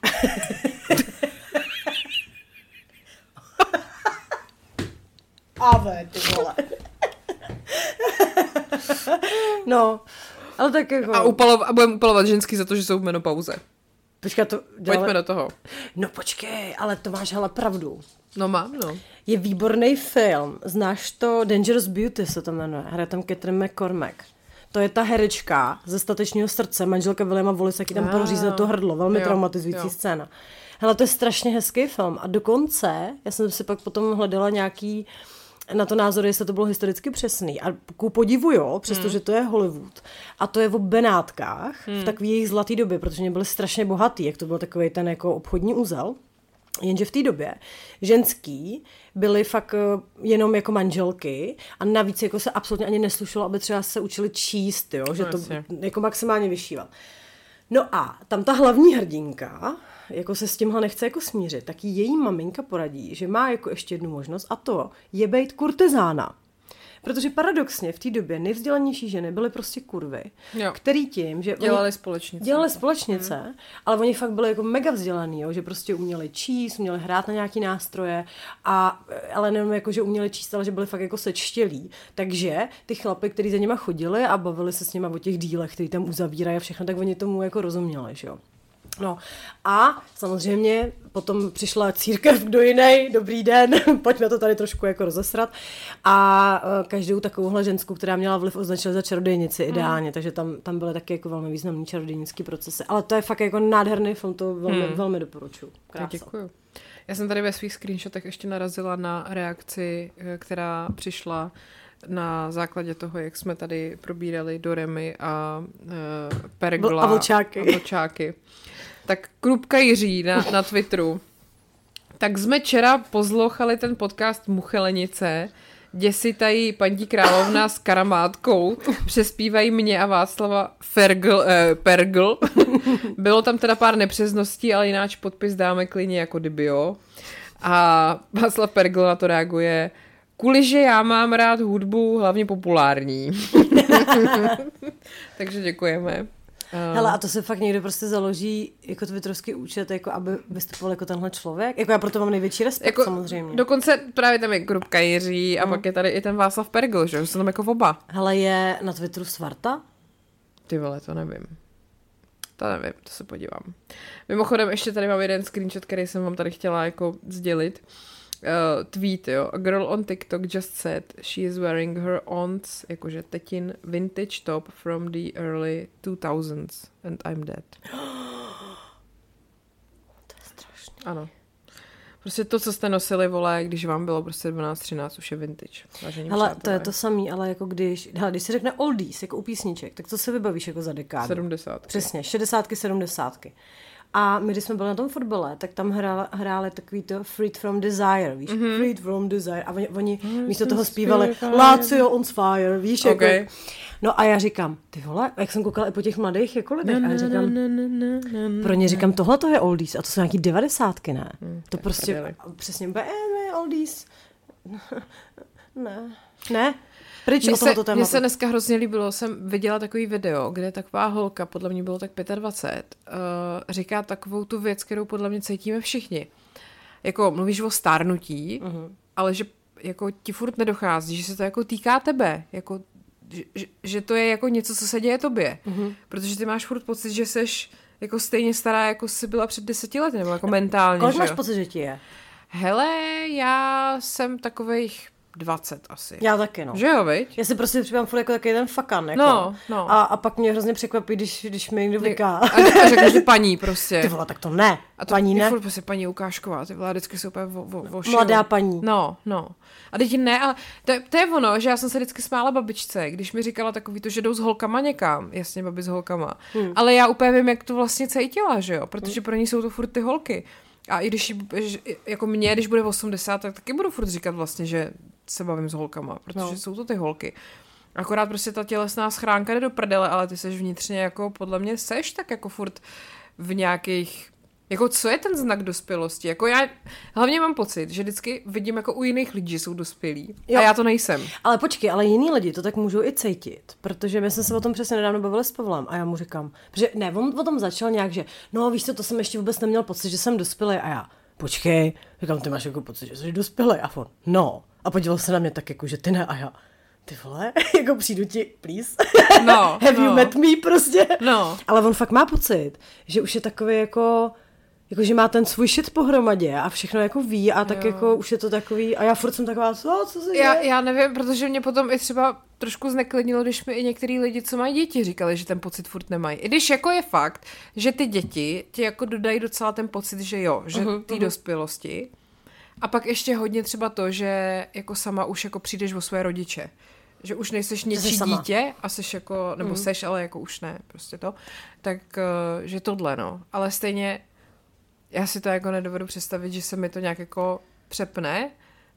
Ave, ty vole. No, ale tak jako... A budeme upalovat ženský za to, že jsou v menopauze. Počkej, Pojďme do toho. No počkej, ale to máš hele pravdu. No mám, no. Je výborný film, znáš to Dangerous Beauty se to jmenuje, hraje tam Catherine McCormack. To je ta herečka ze Statečného srdce, manželka Williama Wallise, jaký tam prořízne to hrdlo, velmi traumatizující scéna. Hele, to je strašně hezký film a dokonce, já jsem si pak potom hledala nějaký na to názory, jestli to bylo historicky přesný. A ku podivu jo, přestože to je Hollywood. A to je o Benátkách v takové jejich zlatý době, protože oni byli strašně bohatý, jak to byl takový ten jako obchodní úzel. Jenže v té době ženský byly fakt jenom jako manželky a navíc jako se absolutně ani neslušelo, aby třeba se učili číst, jo, že to jako maximálně vyšívat. No a tam ta hlavní hrdinka jako se s tímhle nechce jako smířit, tak její maminka poradí, že má jako ještě jednu možnost a to je být kurtizána. Protože paradoxně v té době nejvzdělanější ženy byly prostě kurvy, který tím, že dělali společnice, ale oni fakt byli jako mega vzdělaný, jo, že prostě uměli číst, uměli hrát na nějaký nástroje, ale nejenom jako, že uměli číst, ale že byli fakt jako sečtělí. Takže ty chlapy, kteří za nima chodili a bavili se s nima o těch dílech, který tam uzavírají a všechno, tak oni tomu jako rozuměli, že jo. No a samozřejmě potom přišla církev, kdo jiný, dobrý den, pojďme to tady trošku jako rozesrat a každou takovouhle ženskou, která měla vliv, označila za čarodějnici ideálně, takže tam byly taky jako velmi významný čarodějnický procesy, ale to je fakt jako nádherný film, to velmi doporučuji. Děkuju. Já jsem tady ve svých screenshotech ještě narazila na reakci, která přišla na základě toho, jak jsme tady probírali Doremy a Pergla a vlčáky. Tak Krupka Jiří na Twitteru. Tak jsme včera pozlochali ten podcast Muchelenice, kde si tady paní královna s karamátkou přespívají mě a Václava Pergl. Bylo tam teda pár nepřesností, ale jináč podpis dáme klidně jako kdyby jo. A Václav Pergl na to reaguje: kvůli, že já mám rád hudbu, hlavně populární. Takže děkujeme. Hele, a to se fakt někdo prostě založí jako twitterovský účet, jako aby vystupoval jako tenhle člověk? Jako já proto mám největší respekt, jako, samozřejmě. Dokonce právě tam je Krupka Jiří a pak je tady i ten Václav Pergl, že jsou tam jako oba. Hele, je na Twitteru Svarta? Ty vole, to nevím. To nevím, to se podívám. Mimochodem, ještě tady mám jeden screenshot, který jsem vám tady chtěla jako sdělit. Tweet, jo. A girl on TikTok just said she is wearing her aunt's, jakože tetin, vintage top from the early 2000s and I'm dead. To je strašný. Ano. Prostě to, co jste nosili, vole, když vám bylo prostě 12-13, už je vintage. Hele, to je to samý, ale jako když se řekne oldies, jako u písniček, tak co se vybavíš jako za dekádu? 70. Přesně, 60, 70. A my, když jsme byli na tom fotbale, tak tam hráli takový to Freed from Desire, víš? Mm-hmm. Freed from Desire. A oni místo toho zpívali Lazio on fire, víš? Okay. Jako. No a já říkám, ty vole, jak jsem koukala i po těch mladých jako lidech, a já říkám, pro ně říkám, tohle to je oldies, a to jsou nějaký 90, ne? To prostě, přesně, oldies. Ne. Pryč od tohoto tématu. Mně se dneska hrozně líbilo, jsem viděla takový video, kde taková holka, podle mě bylo tak 25, říká takovou tu věc, kterou podle mě cítíme všichni. Jako mluvíš o stárnutí, ale že jako ti furt nedochází, že se to jako týká tebe, jako, že to je jako něco, co se děje tobě. Protože ty máš furt pocit, že seš jako stejně stará, jako jsi byla před 10 lety, nebo jako mentálně. Kolik máš pocit, že ti je? Hele, já jsem takových 20 asi. Já taky, no. Že jo, viď? Já si prostě připadám furt jako takový ten fakan, jako. No. A pak mě hrozně překvapí, když mi někdo vyká. A řekneš, že paní prostě. Ty vole, tak to ne. A to paní ne. Furt prostě paní Lukášková, ty vole, vždycky jsou úplně mladá paní. No. A teď ne, ale to je ono, že já jsem se vždycky smála babičce, když mi říkala takový to, že jdou s holkama někam. Jasně, babi s holkama. Ale já úplně vím, jak to vlastně cítila, že jo? Protože pro ní jsou to furt ty holky. A i když, jako mě, když bude 80, tak taky budu furt říkat vlastně, že se bavím s holkama, protože jsou to ty holky. Akorát prostě ta tělesná schránka jde do prdele, ale ty seš vnitřně jako, podle mě seš tak jako furt v nějakých, jako co je ten znak dospělosti? Jako já hlavně mám pocit, že vždycky vidím jako u jiných lidí, že jsou dospělí. Jo. A já to nejsem. Ale počkej, ale jiní lidi to tak můžou i cítit, protože my jsme se o tom přesně nedávno bavili s Pavlem a já mu říkám, že ne, on o tom začal nějak, že no víš co, to jsem ještě vůbec neměl pocit, že jsem dospělý a já, počkej, říkám, ty máš jako pocit, že jsi dospělý a on, no. A podíval se na mě tak jako, že ty ne a já, ty vole, jako přijdu ti, please. No. Have you met me prostě? No. Ale on fakt má pocit, že už je takový jako že má ten svůj shit pohromadě a všechno jako ví a tak jako už je to takový a já furt jsem taková, co se děje? Já nevím, protože mě potom i třeba trošku zneklidnilo, když mi i některý lidi, co mají děti, říkali, že ten pocit furt nemají. I když jako je fakt, že ty děti ti jako dodají docela ten pocit, že jo, že té dospělosti. A pak ještě hodně třeba to, že jako sama už jako přijdeš o své rodiče. Že už nejseš něčí dítě a seš jako, nebo seš, ale jako už ne, prostě to. Tak, že tohle, no. Ale stejně já si to jako nedovedu představit, že se mi to nějak jako přepne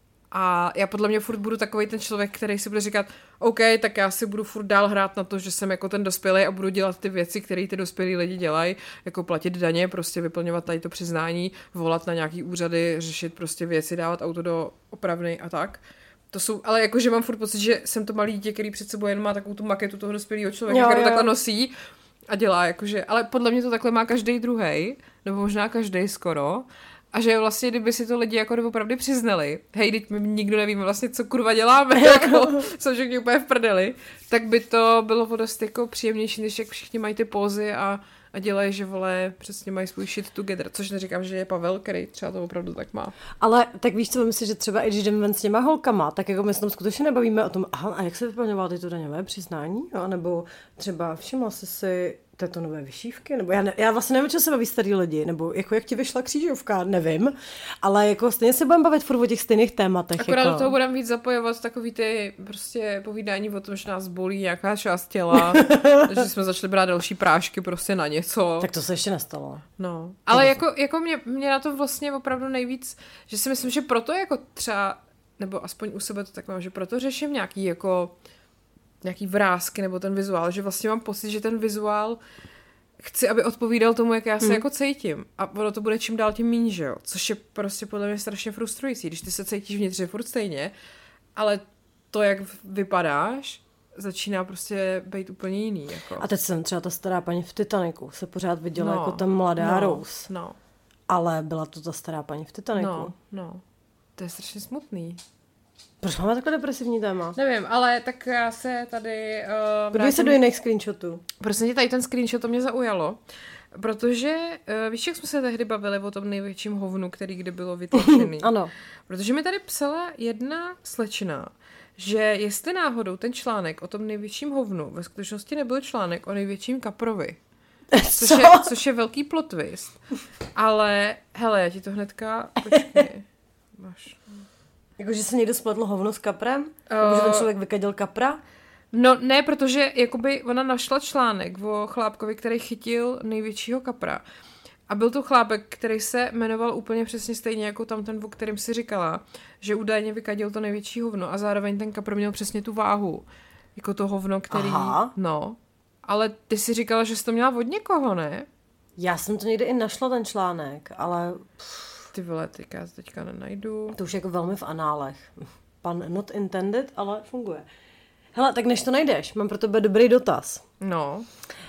a já podle mě furt budu takovej ten člověk, který si bude říkat OK, tak já si budu furt dál hrát na to, že jsem jako ten dospělý a budu dělat ty věci, které ty dospělí lidi dělají, jako platit daně, prostě vyplňovat tady to přiznání, volat na nějaký úřady, řešit prostě věci, dávat auto do opravny a tak. To jsou, ale jakože mám furt pocit, že jsem to malý dítě, který před sebou jen má takovou tu maketu toho dospělého člověka, kterou takhle nosí a dělá jakože, ale podle mě to takhle má každý druhej, nebo možná každý skoro. A že vlastně, kdyby si to lidi jako opravdu přiznali, hej, teď my nikdo nevíme vlastně, co kurva děláme, jako, jsou všichni úplně v prdeli, tak by to bylo dost jako příjemnější, než jak všichni mají ty pózy a dělají, že vole, přesně mají svůj shit together, což neříkám, že je Pavel, který třeba to opravdu tak má. Ale tak víš, co myslím, že třeba i když jdeme ven s těma holkama, tak jako my se tam skutečně nebavíme o tom, aha, a jak se vyplňovala ty to daňové přiznání, jo? Nebo třeba všimla jsi si této nové vyšívky, nebo já vlastně nevím, čeho se baví starý lidi, nebo jako jak ti vyšla křížovka, nevím, ale jako stejně se budeme bavit furt o těch stejných tématech. Akorát jako. Do toho budeme víc zapojovat takový ty prostě povídání o tom, že nás bolí nějaká část těla, že jsme začali brát další prášky prostě na něco. Tak to se ještě nestalo. No, ale jako mě na to vlastně opravdu nejvíc, že si myslím, že proto jako třeba, nebo aspoň u sebe to tak mám, že proto řeším nějaký vrásky nebo ten vizuál, že vlastně mám pocit, že ten vizuál chci, aby odpovídal tomu, jak já se jako cítím. A ono to bude čím dál tím míň, že jo? Což je prostě podle mě strašně frustrující, když ty se cítíš vnitřně furt stejně, ale to, jak vypadáš, začíná prostě být úplně jiný. Jako. A teď jsem třeba ta stará paní v Titaniku, se pořád viděla jako ta mladá Rose. Ale byla to ta stará paní v Titaniku. No. To je strašně smutný. Proč máme takhle depresivní téma? Nevím, ale tak já se tady... Podívej se do jiných screenshotů. Prostě mě tady ten screenshot, to mě zaujalo, protože víš, jak jsme se tehdy bavili o tom největším hovnu, který kdy bylo vytlačený. Ano. Protože mi tady psala jedna slečna, že jestli náhodou ten článek o tom největším hovnu ve skutečnosti nebyl článek o největším kaprovi. Což je velký plot twist. Ale, hele, já ti to hnedka... Počkej. Máš... Jakože se někdo spletl hovno s kaprem? Že ten člověk vykadil kapra? No ne, protože jakoby ona našla článek o chlápkovi, který chytil největšího kapra. A byl to chlápek, který se jmenoval úplně přesně stejně jako tam ten, o kterém si říkala, že údajně vykadil to největší hovno a zároveň ten kapr měl přesně tu váhu. Jako to hovno, který... Aha. No. Ale ty si říkala, že jsi to měla od někoho, ne? Já jsem to někde i našla, ten článek, ale... Ty vole, já to teďka nenajdu. To už je jako velmi v análech. Pan not intended, ale funguje. Hele, tak než to najdeš, mám pro tebe dobrý dotaz. No.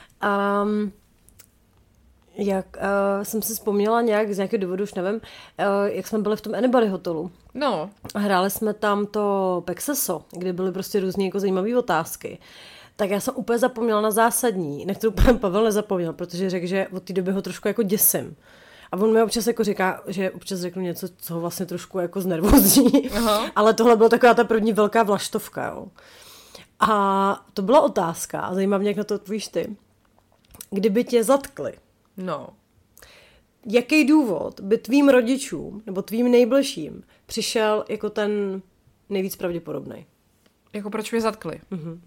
Jak jsem si vzpomněla nějak, z nějakého důvodu, už nevím, jak jsme byli v tom Anybody hotelu. No. A hráli jsme tam to Pexeso, kde byly prostě různé jako zajímavé otázky. Tak já jsem úplně zapomněla na zásadní, na kterou pan Pavel nezapomněl, protože řekl, že od té doby ho trošku jako děsím. A on mi občas jako říká, že občas řeknu něco, co ho vlastně trošku jako znervózní. Ale tohle byla taková ta první velká vlaštovka, jo. A to byla otázka, a zajímá mě, jak na to odpovíš ty. Kdyby tě zatkli, No. jaký důvod by tvým rodičům nebo tvým nejbližším přišel jako ten nejvíc pravděpodobný? Jako proč mě zatkli? Mhm.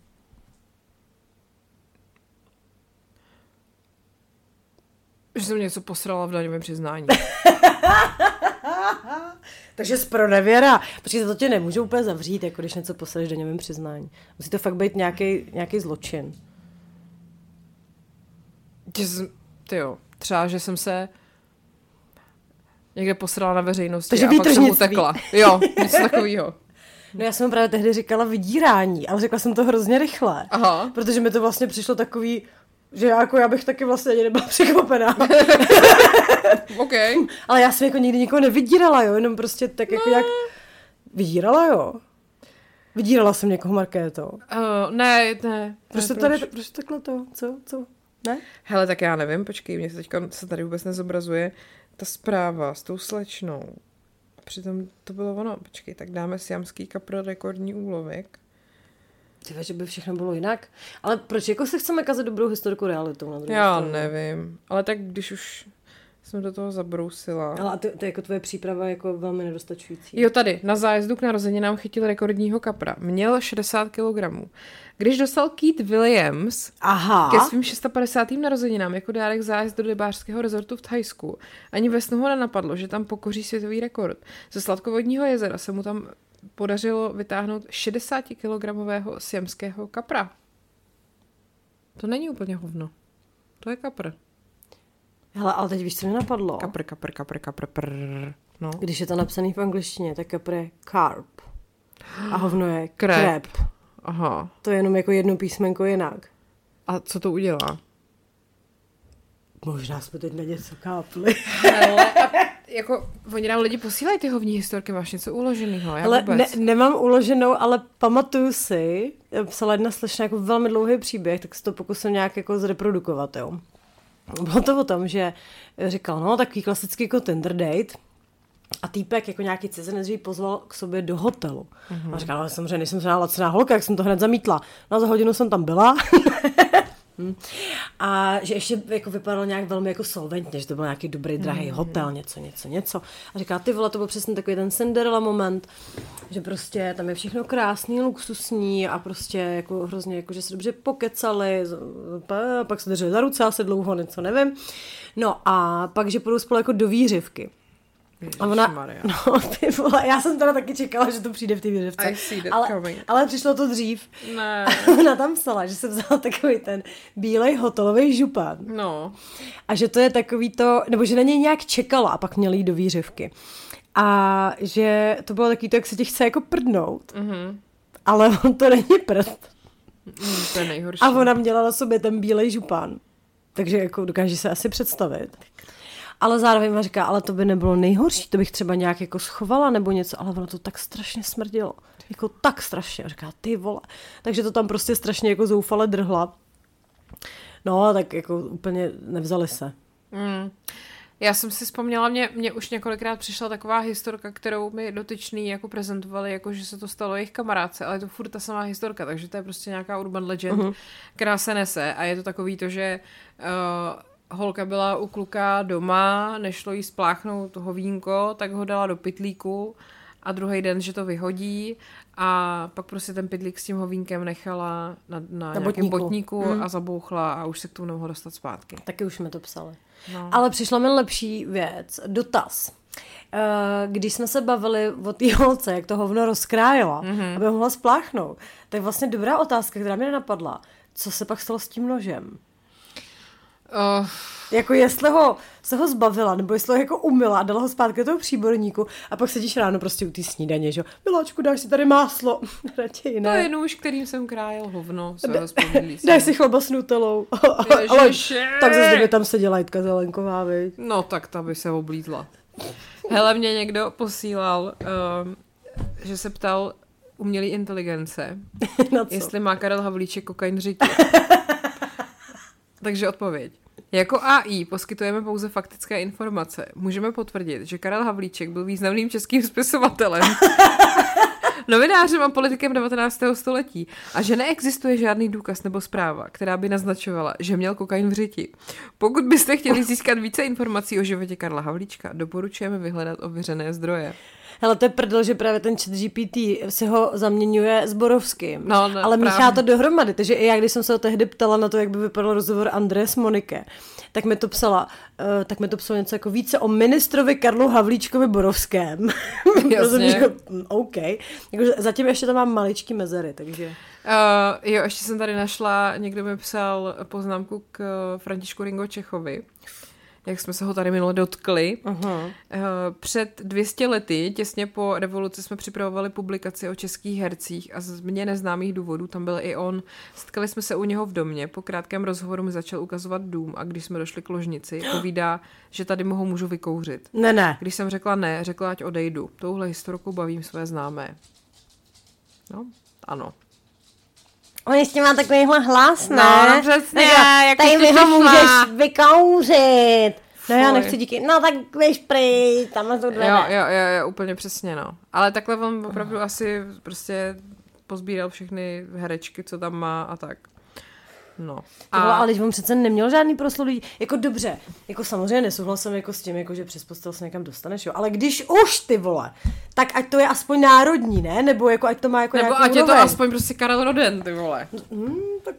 Že jsem něco posrala v daňovém přiznání. Takže zpronevěra. Protože to tě nemůžou úplně zavřít, jako když něco posledeš v daňovém přiznání. Musí to fakt být nějaký zločin. Tyjo, třeba, že jsem se někde posrala na veřejnosti Takže a pak jsem výtržnictví. utekla. Jo, něco takového. No já jsem právě tehdy říkala vydírání, ale řekla jsem to hrozně rychle. Aha. Protože mi to vlastně přišlo takový, že já bych taky vlastně ani nebyla překvapená. OK. Ale já jsem jako nikdy nikoho nevydírala, jo, jenom prostě tak jako jak... Vydírala, jo? Vydírala jsem někoho, Markéto. Ne. Proč takhle to? Co? Ne? Hele, tak já nevím, počkej, mě se teďka se tady vůbec nezobrazuje ta zpráva s tou slečnou. A přitom to bylo ono. Počkej, tak dáme siamský kapr rekordní úlovek. Tyve, že by všechno bylo jinak. Ale proč jako se chceme kazat dobrou historiku realitou? Na Já stranu? nevím, ale tak když už jsem do toho zabrousila. Ale a to jako tvoje příprava je jako velmi nedostačující. Jo, tady, na zájezdu k narozeninám chytil rekordního kapra. Měl 60 kg. Když dostal Keith Williams ke svým 650. narozeninám jako dárek zájezd do rybářského rezortu v Thajsku, ani ve snu ho nenapadlo, že tam pokoří světový rekord. Ze sladkovodního jezera se mu tam podařilo vytáhnout 60-kilogramového siamského kapra. To není úplně hovno. To je kapr. Hele, ale teď víš, co mi napadlo? Kapr. No. Když je to napsaný v angličtině, tak kapr je carp. A hovno je Crab. crab. Aha. To je jenom jako jedno písmenko jinak. A co to udělá? Možná jsme teď na něco kápli. Hele, jako, oni nám lidi posílají ty hovní historky, máš něco uloženého, já Ale vůbec. nemám uloženou, ale pamatuju si, psala jedna slečna jako velmi dlouhý příběh, tak si to pokusím nějak jako zreprodukovat, jo. Bylo to o tom, že říkal, no takový klasický jako Tinder date a týpek jako nějaký cizinec ji pozval k sobě do hotelu. Mm-hmm. A říkal, ale samozřejmě nejsem žádná laciná holka, jak jsem to hned zamítla. No a za hodinu jsem tam byla. A že ještě jako vypadalo nějak velmi jako solventně, že to byl nějaký dobrý, drahý hotel, něco. A říká, ty vole, to byl přesně takový ten Cinderella moment, že prostě tam je všechno krásný, luxusní a prostě jako hrozně, jako že se dobře pokecali, pak se drželi za ruce asi dlouho, něco nevím. No a pak, že půjdou spolu jako do výřivky. A ona, no, ty vole, já jsem teda taky čekala, že to přijde v té výřivce. Ale přišlo to dřív. Ne. Ona tam psala, že se vzala takový ten bílej hotelový župan. No. A že to je takový to, nebo že na něj nějak čekala a pak měl jít do výřivky. A že to bylo takový to, jak se ti chce jako prdnout. Mm-hmm. Ale on to není prd. To je nejhorší. A ona měla na sobě ten bílej župan. Takže jako dokáže se asi představit. ale zároveň mi říká, ale to by nebylo nejhorší, to bych třeba nějak jako schovala nebo něco, ale ono to tak strašně smrdilo. Jako tak strašně. A říká, ty vole. Takže to tam prostě strašně jako zoufale drhla. No, tak jako úplně nevzali se. Já jsem si vzpomněla, mě už několikrát přišla taková historka, kterou mi dotyčný jako prezentovali, jako že se to stalo jejich kamarádce, ale je to furt ta samá historka, takže to je prostě nějaká urban legend, která se nese a je to takový to, že holka byla u kluka doma, nešlo jí spláchnout hovínko, tak ho dala do pytlíku a druhý den, že to vyhodí a pak prostě ten pytlík s tím hovínkem nechala na nějakém botníku a zabouchla a už se k tomu nemohla dostat zpátky. Taky už jsme to psali. No. Ale přišla mi lepší věc, dotaz. Když jsme se bavili o té holce, jak to hovno rozkrájela, aby mohla spláchnout, tak vlastně dobrá otázka, která mě nenapadla. Co se pak stalo s tím nožem? Jako jestli se ho zbavila, nebo jestli ho jako umyla a dala ho zpátky do toho příborníku a pak sedíš ráno prostě u té snídaně, že jo? Miláčku, dáš si tady máslo. Raději ne. To je nůž, kterým jsem krájel hovno svého spovědlí. Dáš si chleba s nutelou. Ale tak zase by tam seděla Jitka Zelenková, viď? No tak ta by se oblídla. Hele, mě někdo posílal, že se ptal umělé inteligence, jestli má Karel Havlíček kokain řitě. Takže odpověď. Jako AI poskytujeme pouze faktické informace. Můžeme potvrdit, že Karel Havlíček byl významným českým spisovatelem, novinářem a politikem 19. století a že neexistuje žádný důkaz nebo zpráva, která by naznačovala, že měl kokain v řiti. Pokud byste chtěli získat více informací o životě Karla Havlíčka, doporučujeme vyhledat ověřené zdroje. Hele, to je prdel, že právě ten ChatGPT si ho zaměňuje s Borovským. No, ale míchá to dohromady, takže i já, když jsem se ho tehdy ptala na to, jak by vypadal rozhovor Andreje s Monike, tak mi to psalo něco jako více o ministrovi Karlu Havlíčkovi Borovském. Jasně. OK. Jakože zatím ještě tam mám maličký mezery, takže... Jo, ještě jsem tady našla, někdo mi psal poznámku k Františku Ringo Čechovi, jak jsme se ho tady minule dotkli. Před 200 lety, těsně po revoluci, jsme připravovali publikaci o českých hercích a z mně neznámých důvodů tam byl i on. Setkali jsme se u něho v domě, po krátkém rozhovoru mi začal ukazovat dům a když jsme došli k ložnici, povídá, že tady můžu vykouřit. Ne. Když jsem řekla ne, řekla, ať odejdu. Touhle historkou bavím své známé. No, ano. On ještě má takovýhle hlas, ne? No, přesně. Tady mi ho můžeš vykouřit. No já nechci díky. No tak běž pryč, tam jsou dveře. Jo, úplně přesně, no. Ale takhle on opravdu asi prostě pozbíral všechny herečky, co tam má a tak. No. Ale on přece neměl žádný proslov lidí. Jako dobře, jako samozřejmě nesouhlasím jako s tím, jako že přes postel se někam dostaneš, jo. Ale když už, ty vole, tak ať to je aspoň národní, ne? Nebo jako ať to má jako nebo nějakou ať úroveň. je to aspoň prostě Karel Roden, ty vole. Tak...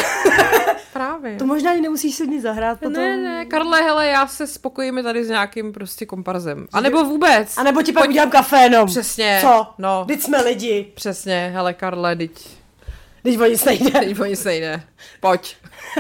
Právě. To možná ani nemusíš si nic zahrát potom. Ne, Karle, hele, já se spokojíme tady s nějakým prostě komparzem. A nebo vůbec. A nebo ti pak udělám kafé jenom. Přesně. Co? No. Vždyť jsme lidi. Přesně, hele, Karle, Teď o nic nejde. Pojď.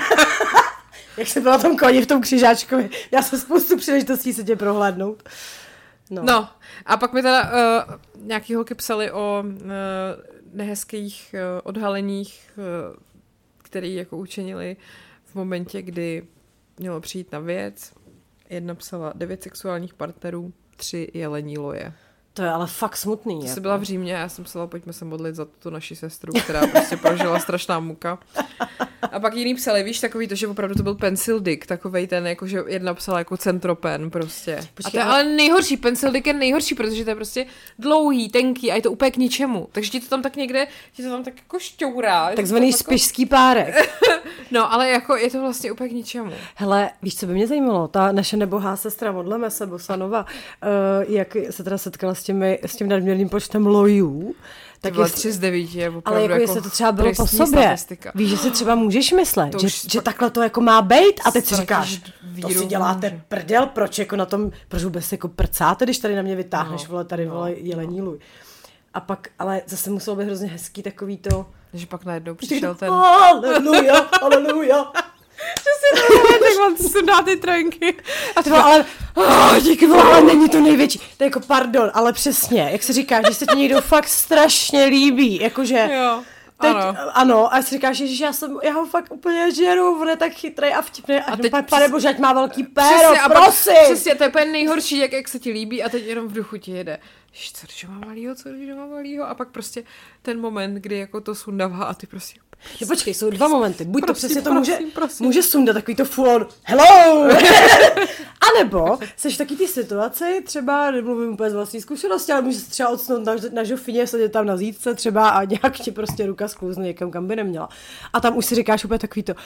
Jak jsi byla na tom koni v tom křižáčkovi. Já jsem spoustu příležitostí se tě prohlédnout. No. A pak mi teda nějaký holky psali o nehezkých odhaleních, které jako učinili v momentě, kdy mělo přijít na věc. Jedna psala 9 sexuálních partnerů, 3 jelení loje. To je ale fakt smutný. To jsi byla v Římě a já jsem psala, pojďme se modlit za tu naši sestru, která prostě prožila strašná muka. A pak jiný psali, víš, takový to, že opravdu to byl pencil dick, takovej ten, jako že jedna psala jako centropen prostě. Počkej, a to je ale nejhorší, pencil dick je nejhorší, protože to je prostě dlouhý, tenký a je to úplně k ničemu. Takže ti to tam tak někde, ti to tam tak jako šťourá. Takzvaný spišský párek. No, ale jako je to vlastně úplně k ničemu. Hele, víš, co by mě zajímalo? Ta naše nebohá sestra, modleme se, Bosanova, jak se teda setkala s tím nadměrným počtem lojů. Tak je 3 z 9 je opravdu. Ale jako jestli to třeba bylo po sobě. Statistika. Víš, že si třeba můžeš myslet, že takhle to jako má být a teď si říkáš, to si děláte prdel, proč jako na tom, proč vůbec jako prcáte, když tady na mě vytáhneš, vole, tady vole jelení luj. A pak, ale zase muselo být hrozně hezký takový to. Že pak najednou přišel ten. Haleluja, haleluja. Že si to tak vám sundá ty trenky. A to ale, díky bohu, ale není to největší. To je jako pardon, ale přesně, jak se říká, že se ti někdo fakt strašně líbí, jakože. Jo. Ano, a si říkáš, že já ho fakt úplně žeru, on je tak chytrej a vtipný a teď pane bože, ať má velký péro, prosím. Přesně, to je úplně nejhorší, jak se ti líbí a teď jenom v duchu ti jede. Co když má malýho? A pak prostě ten moment, kdy jako to sundává a ty prostě... No počkej, jsou dva momenty. Buď to přesně to může sundat takový to full on hello! A nebo seš v taky ty situaci, třeba nemluvím úplně z vlastní zkušenosti, ale můžeš třeba odsnout na žofině, sedět tam na zítce třeba a nějak ti prostě ruka sklouzne někam, kam by neměla. A tam už si říkáš úplně takový to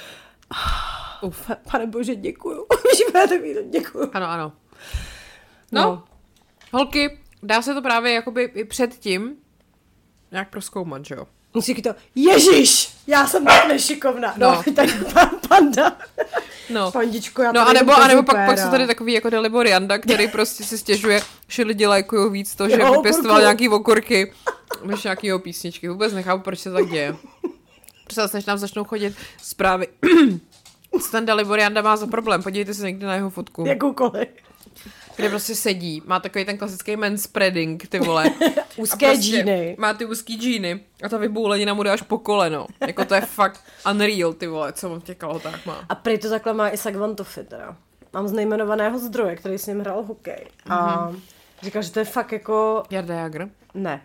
pane bože, děkuju. Takový to děkuju. Ano. No, holky, dá se to právě jakoby i předtím nějak prozkoumat, že jo? Musí to, ježiš, já jsem tak nešikovná. No, tak panda. No. Pandičko, já no, anebo pak jsou tady takový jako Dalibor Janda, který prostě si stěžuje, že lidi lajkujou víc to, že vypěstoval nějaký okurky, než nějaký jeho písničky. Vůbec nechápu, proč se tak děje. Prostě než nám začnou chodit zprávy. Co ten Dalibor Janda má za problém? Podívejte se někdy na jeho fotku. Jakoukoliv. Kde prostě sedí, má takový ten klasický manspreading, ty vole. Úzké prostě džíny. Má ty úzký džíny a ta vyboulenina mu jde až po koleno. Jako to je fakt unreal, ty vole, co on v těch kalhotách má. A prý to takhle má i Sagvantofy, teda. Mám z nejmenovaného zdroje, který s ním hrál hokej. A říkal, že to je fakt jako... Jarda Jágr? Ne.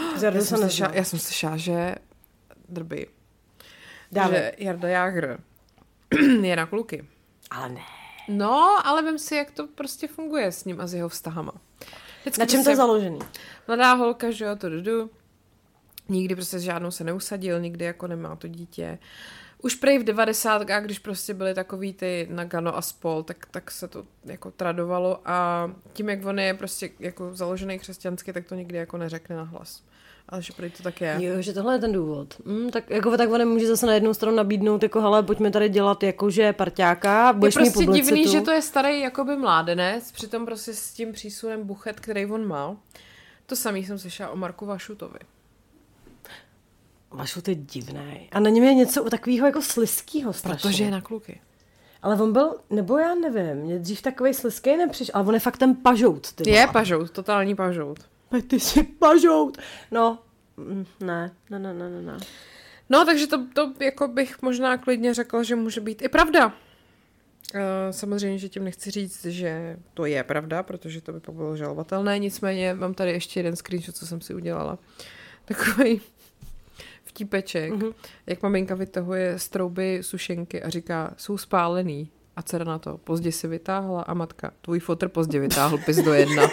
Já jsem slyšela, že drby. Že Jarda Jágr je na kluky. Ale ne. No, ale vem si, jak to prostě funguje s ním a s jeho vztahama. Na čem to je založený? Mladá holka, že jo, nikdy prostě s žádnou se neusadil, nikdy jako nemá to dítě. Už prej v 90kách, když prostě byly takový ty Nagano a spol, tak se to jako tradovalo a tím, jak on je prostě jako založený křesťansky, tak to nikdy jako neřekne na hlas. Ale že to tak je. Jo, že tohle je ten důvod. Tak on nemůže zase na jednu stranu nabídnout, jako hele, pojďme tady dělat jakože parťáka, budeš mít publicitu. Je prostě divný, že to je starý jakoby mládenec, přitom prostě s tím přísunem buchet, který on má. To samý jsem slyšela o Marku Vašutovi. Vašut je divný. A na něm je něco takového jako slizkýho strašně. Protože je na kluky. Ale on byl, nebo já nevím, mě dřív takovej slizký nepřišel, ale on je fakt ten pažout. Je pažout, totální pažout. Ty jsi pažout. No, ne. No, takže to jako bych možná klidně řekla, že může být i pravda. Samozřejmě, že tím nechci říct, že to je pravda, protože to by pak bylo žalovatelné, nicméně mám tady ještě jeden screenshot, co jsem si udělala. Takový vtípeček, jak maminka vytahuje z trouby sušenky a říká, jsou spálený. A dcera na to, pozdě si vytáhla a matka, tvůj fotr pozdě vytáhl, pis do 1.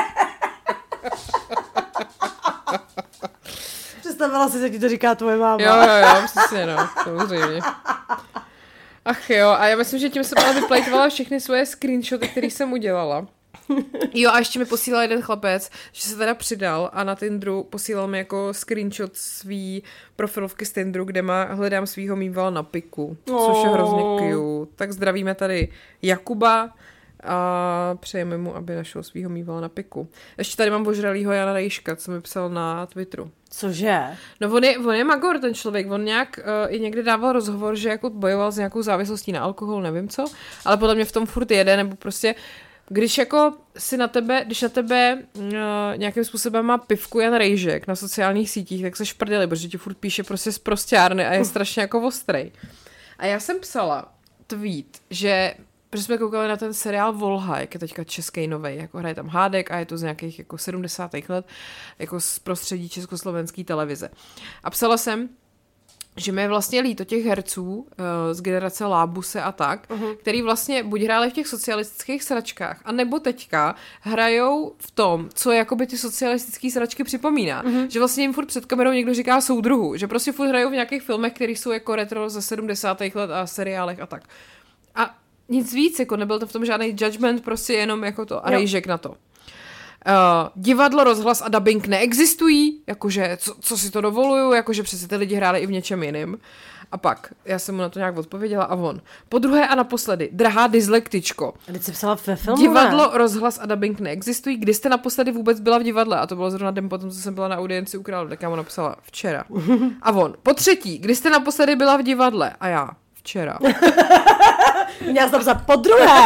Představila jsi, jak ti to říká tvoje máma. Jo, přesně, no, samozřejmě. Ach jo, a já myslím, že tím jsem ale vyplejtovala všechny svoje screenshoty, které jsem udělala. Jo, a ještě mi posílal jeden chlapec, že se teda přidal a na Tinderu posílal mi jako screenshot svý profilovky z Tinderu, kde hledám svýho mývala na piku, což je hrozně cute. Tak zdravíme tady Jakuba a přejeme mu, aby našel svýho mývala na piku. Ještě tady mám ožralýho Jana Rejška, co mi psal na Twitteru. Cože? No on je magor, ten člověk, on nějak i někdy dával rozhovor, že jako bojoval s nějakou závislostí na alkohol, nevím co, ale podle mě v tom furt jede, nebo prostě když jako když na tebe nějakým způsobem má pivku Jan Rejžek na sociálních sítích, tak seš v prdeli, protože ti furt píše prostě z prosťárny a je strašně jako ostrej. A já jsem psala tweet, že protože jsme koukali na ten seriál Volha, jak je teďka český novej, jako hraje tam Hádek a je to z nějakých jako 70. let, jako z prostředí československé televize. A psala jsem, že mi je vlastně líto těch herců z generace Lábuse a tak, který vlastně buď hráli v těch socialistických sračkách, anebo teďka hrajou v tom, co jakoby ty socialistické sračky připomíná. Že vlastně jim furt před kamerou někdo říká soudruhu, že prostě furt hrajou v nějakých filmech, které jsou jako retro ze 70. let a seriálech a tak. A nic víc, jako nebyl to v tom žádný judgment, prostě jenom jako to a rejžek na to. Divadlo, rozhlas a dubbing neexistují, jakože co si to dovoluju, jakože přece ty lidi hráli i v něčem jiným. A pak, já jsem mu na to nějak odpověděla a on. Po druhé a naposledy, drahá dyslektičko. A teď jsi psala ve filmu, divadlo, rozhlas a dubbing neexistují. Kdy jste naposledy vůbec byla v divadle? A to bylo zrovna den potom, co jsem byla na audienci u Králu, tak já mu napsala včera. A on, po třetí, kdy jste naposledy byla v divadle? A já, včera. Měla jsem napsat po druhé,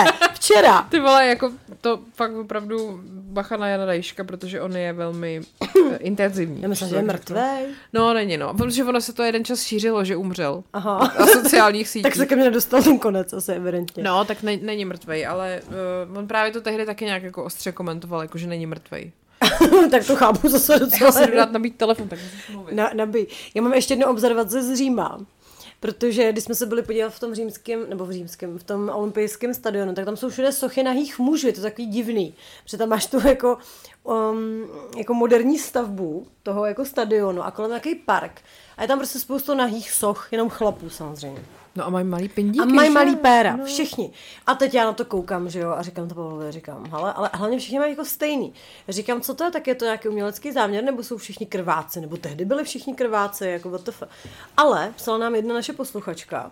včera. Ty vole, jako to fakt opravdu bacha na Jana Dejška, protože on je velmi intenzivní. Já myslím, že je mrtvej. No, není no, protože ono se to jeden čas šířilo, že umřel. Aha. Na sociálních sítích. Tak se ke mně nedostal ten konec, asi evidentně. No, tak není mrtvej, ale on právě to tehdy taky nějak jako ostře komentoval, jako že není mrtvej. Tak to chápu zase docela. Já si jdu dát nabít telefon, tak můžeš mluvit. Nabij. Já mám ještě jednu observaci z Říma. Protože když jsme se byli podívat v tom olympijském stadionu, tak tam jsou všude sochy nahých mužů, je to takový divný. Protože tam máš tu jako moderní stavbu toho jako stadionu a kolem takový park. A je tam prostě spoustu nahých soch, jenom chlapů samozřejmě. No a mají malý pindíky, a mají že? malý péra, no. Všichni. A teď já na to koukám, že jo, a říkám to Pavlovi, hele, ale hlavně všichni mají jako stejný. Říkám, co to je, tak je to nějaký umělecký záměr, nebo jsou všichni krváci, nebo tehdy byli všichni krváci, jako WTF. Ale psala nám jedna naše posluchačka,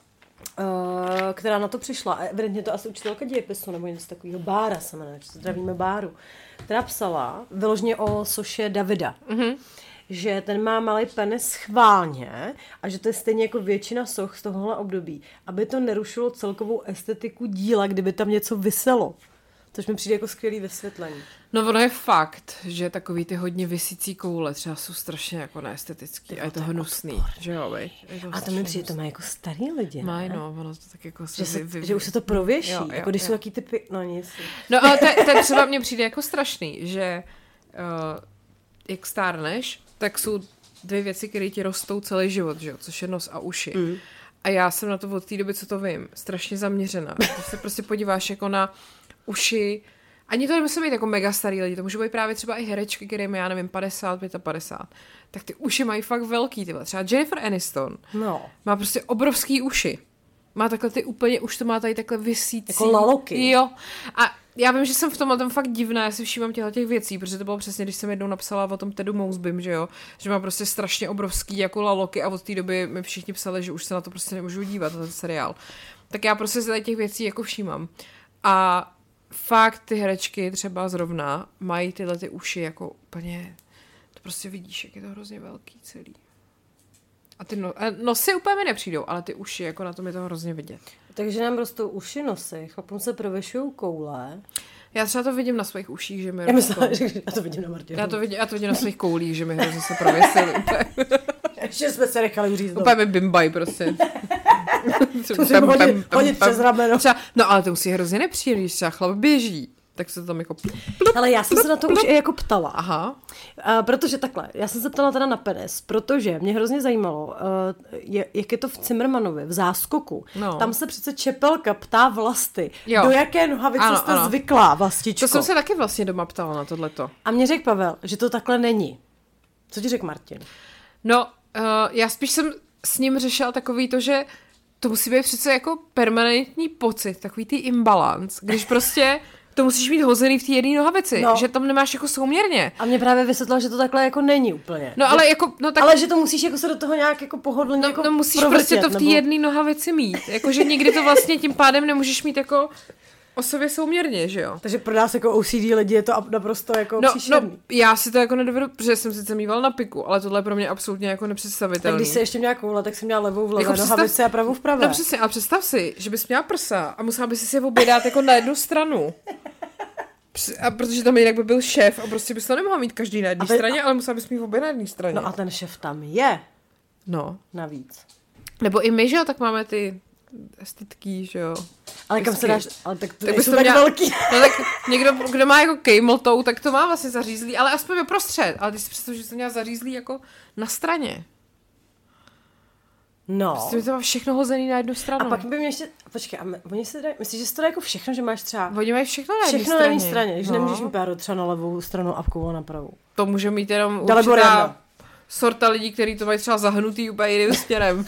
která na to přišla, a evidentně to asi učitelka dějepisu, nebo něco takového, Bára se jmenuje, zdravíme Báru, která psala vyloženě o soše Davida. Mm-hmm. Že ten má malý penis schválně a že to je stejně jako většina soch z tohohle období, aby to nerušilo celkovou estetiku díla, kdyby tam něco viselo. Což mi přijde jako skvělý vysvětlení. No ono je fakt, že takový ty hodně visící koule třeba jsou strašně jako neestetický a je to hnusný, že jo, bej? A to mi přijde, to má jako starý lidi, Mají, no, ono to tak jako že už se to prověší, jo, jako když jsou jaký typy, no nic. No ale to třeba mně přijde jako strašný, že jak stárneš, tak jsou dvě věci, které ti rostou celý život, že jo? Což je nos a uši. Mm. A já jsem na to od té doby, co to vím, strašně zaměřená. Když se prostě podíváš jako na uši, ani to nemusí být jako mega starý lidi, to můžou být právě třeba i herečky, které mají, já nevím, 50, 55. Tak ty uši mají fakt velký, tyhle. Třeba Jennifer Aniston má prostě obrovský uši. Má takhle ty úplně, už to má tady takhle visící. Jako laloky. Jo. A já vím, že jsem v tomhle tom fakt divná, já si všímám těch věcí, protože to bylo přesně, když jsem jednou napsala o tom Tedu Mosbym, že jo, že má prostě strašně obrovský jako laloky a od té doby mi všichni psali, že už se na to prostě nemůžu dívat, na ten seriál. Tak já prostě se těch věcí jako všímám. A fakt ty herečky třeba zrovna mají tyhle ty uši jako úplně, to prostě vidíš, jak je to hrozně velký celý. A ty nosy úplně mi nepřijdou, ale ty uši, jako na tom je to hrozně vidět. Takže nám rostou uši, nosy, chlapům se prověšují koule. Já třeba to vidím na svých uších, že mi já to vidím na Martinu. Já to vidím na svých koulích, že mi hrozně se prověsily úplně. Ještě jsme se nechali uříznout. Úplně mi bimbaj prostě. To musím hodit přes rameno. No ale to musí hrozně nepříjemný, když třeba chlap běží. Tak se to tam jako... Ale já jsem se na to už i jako ptala. Aha. Protože takhle, já jsem se ptala teda na penis, protože mě hrozně zajímalo, jak je to v Cimrmanovi, v Záskoku. No. Tam se přece Čepelka ptá Vlasty. Jo. Do jaké nohavice jste zvyklá, Vlastičko? To jsem se taky vlastně doma ptala na tohleto. A mě řekl Pavel, že to takhle není. Co ti řekl Martin? No, já spíš jsem s ním řešila takový to, že to musí být přece jako permanentní pocit, takový ty imbalans, když prostě to musíš mít hozený v té jedné nohavici, že tam nemáš jako souměrně. A mě právě vysvětlilo, že to takhle jako není úplně. No ale jako, ale že to musíš jako se do toho nějak jako pohodlně jako no musíš prostě to v té jedné nohavici mít. Jakože nikdy to vlastně tím pádem nemůžeš mít jako o sobě souměrně, že jo? Takže pro nás jako OCD lidi je to naprosto jako příšerný. No, já si to jako nedovedu, protože jsem sice mýval na piku, ale tohle je pro mě absolutně jako nepředstavitelný. Tak když se ještě měla koule, tak jsem měla levou v levé nohavici a pravou v pravé. No přesně, ale představ si, že bys měla prsa a musela bys si je obědat jako na jednu stranu. A protože tam jinak by byl šéf a prostě bys to nemohla mít každý na jedné straně, ale musela bys mít obě na jedné straně. No a ten šéf tam je. No. Navíc. Nebo i my, že jo, tak máme ty estetky, že jo. Ale kam se dáš, ale tak to nejsou tak velký. No tak někdo, kdo má jako kejmltou, tak to má vlastně zařízlý, ale aspoň je prostřed. Ale ty si představ, že to měla zařízlý jako na straně. No. Prostě to má všechno hozený na jednu stranu. A pak by mě ještě, počkej, a oni se dají, myslíš, že se to dá jako všechno, že máš třeba... Oni mají všechno na jedné straně. Že nemůžeš mít páru třeba na levou stranu a koule na pravou. To může mít jenom určitá sorta lidí, kteří to mají třeba zahnutý úplně jiným směrem.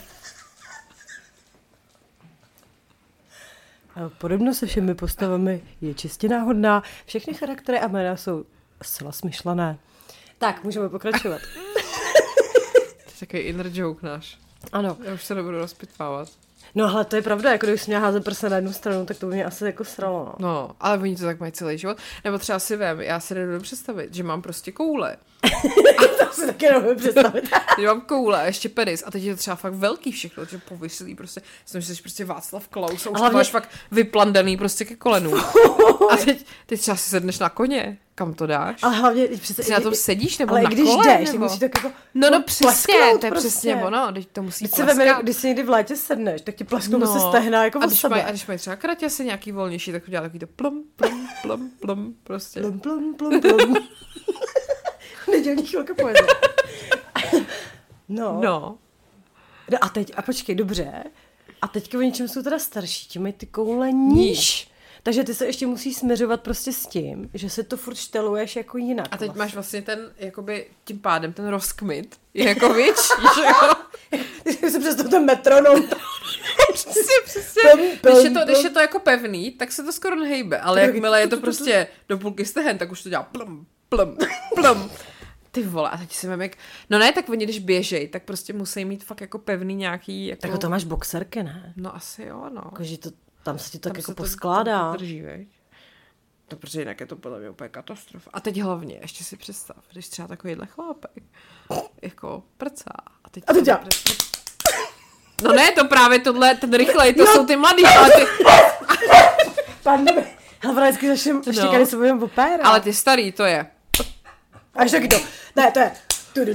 Podobno se všemi postavami je čistě náhodná. Všechny charaktery a jména jsou zcela smyšlené. Tak, můžeme pokračovat. To je takový inner joke náš. Ano. Já už se nebudu rozpitvávat. No ale to je pravda, jako kdybych měla házet prsa na jednu stranu, tak to by mě asi jako sralo. No, ale oni to tak mají celý život. Nebo třeba si vem, já si nedovedu představit, že mám prostě koule To si taky nemůžu představit. Teď mám koule a ještě penis a teď je to třeba fakt velký všechno, že povyslý prostě, jsem jsi prostě Václav Klaus a už to máš fakt vyplandaný prostě ke kolenům. A teď třeba si sedneš na koně, kam to dáš? Ale hlavně, přece, si na tom sedíš nebo ale na když kole? jdeš, nebo? tak musíš tak jako No přesně, to je prostě. přesně ono, teď to musí Když si někdy v létě sedneš, tak ti plasknou se stehna jako od sebe. A když mají třeba kraťasy nějaký volnější, tak to dělá takový to plum, plum, plum, plum, prostě. Plum, plum, plum, plum. Nedělní chvilka pojedu. No a počkej, dobře. A teďka oni čím jsou teda starší, tím mají ty koule níž. Takže ty se ještě musí směřovat prostě s tím, že se to furt šteluješ jako jinak. A teď máš vlastně ten, jakoby tím pádem ten rozkmit je jako větší, že jo? Ty si představ ten metronom. Přesně. Když je to jako pevný, tak se to skoro nehejbe, ale jakmile je to prostě do půlky stehen, tak už to dělá plum, plum, plum. Ty vole, a teď si mám jak... No ne, tak oni, když běžej, tak prostě musí mít fakt jako pevný nějaký... Jako... Tak to máš boxerky, ne? No asi jo, no. Jakože tam se ti to tak jako poskládá. To drží, veď? To protože jinak je to podle mě úplně katastrofa. A teď hlavně, ještě si představ, když třeba takovýhle chlápek jako prcá. A teď dělá. No ne, to právě tohle, ten rychlej, to jsou ty mladý, ale ty... Pane, ale vždycky začnem štěkali se budeme opéra. Ale ty starý, to je... Až taky to. Ne, to je...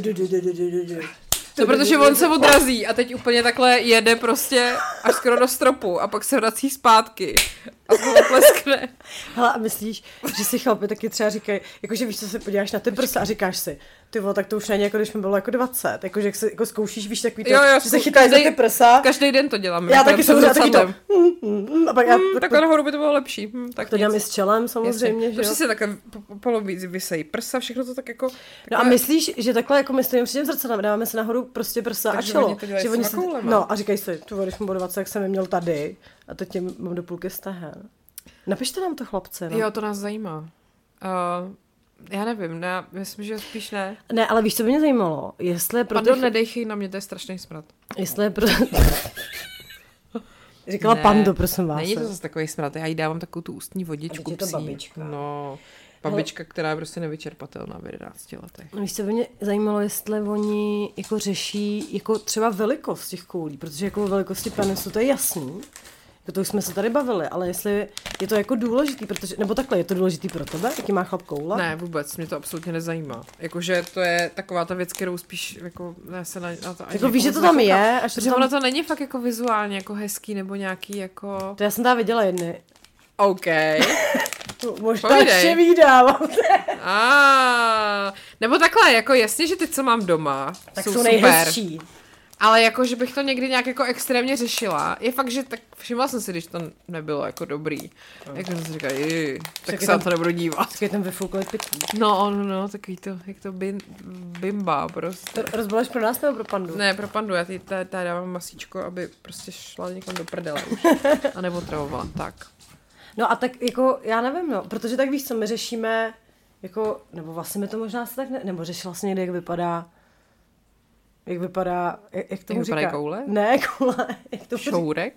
To protože on se odrazí a teď úplně takhle jede prostě až skoro do stropu a pak se vrací zpátky a znovu pleskne. Hele, a myslíš, že si chlapi taky třeba říkají, jakože víš, co se podíváš na ty prsa a říkáš si, ty vole, tak to už není jako když mi bylo jako 20, jakože jak se jako zkoušíš, víš, takový to, že se chytáš za ty prsa. Každý den to dělám. Já taky jsem taky to. A pak takhle nahoru by to bylo lepší. Tak to dělám i s čelem samozřejmě, že jo. To si takhle polovíc vysejí prsa, všechno to tak jako... No a myslíš, že takhle jako my stojíme před tím zrcadlem, dáváme se nahoru prostě prsa a čelo. Že oni se, no a říkají si, tu když mu bylo 20, jak jsem je měl tady a teď tě mám do půlky stehen. Napište nám to, chlapci. No. Jo, to nás zajímá. Já nevím, myslím, že spíš ne. Ne, ale víš, co by mě zajímalo? Jestli je pro Pardon, nedejchej na mě, to je strašný smrad. Jestli je pro... Říkala ne, Pando, prosím vás. Není to zase takový smrad, já jí dávám takovou tu ústní vodičku psí. Babička. No, babička, která je prostě nevyčerpatelná v 11 letech. Víš, co by mě zajímalo, jestli oni jako řeší jako třeba velikost těch koulí, protože jako velikosti penisu to je jasný. To už jsme se tady bavili, ale jestli je to jako důležitý, protože, nebo takhle, je to důležitý pro tebe, jaký má chlap koule? Ne, vůbec, mě to absolutně nezajímá. Jakože to je taková ta věc, kterou spíš jako ne se na to ani jako víš, že to tam je, až protože ono to není fakt jako vizuálně jako hezký nebo nějaký jako... To já jsem tam viděla jedny. OK. Možná ještě vydávám. Nebo takhle, jako jasně, že ty, co mám doma, tak jsou nejhezčí. Super. Ale jako, že bych to někdy nějak jako extrémně řešila. Je fakt, že tak všimla jsem si, když to nebylo jako dobrý. Jak jsem si říkala, tak se na to nebudu dívat. Takový ten vyfouklý pytlík. No, takový to, jak to bimba prostě. To rozbaláš pro nás nebo pro Pandu? Ne, pro Pandu, já tady dávám masíčko, aby prostě šla někam do prdele už. A nebo travovala, tak. No a tak jako, já nevím, no, protože tak víš co, my řešíme, jako, nebo vlastně mi to možná se tak, nebo řešila jsem někdy, jak vypadá, jak tomu říká? Koule? Ne, koule. Šourek?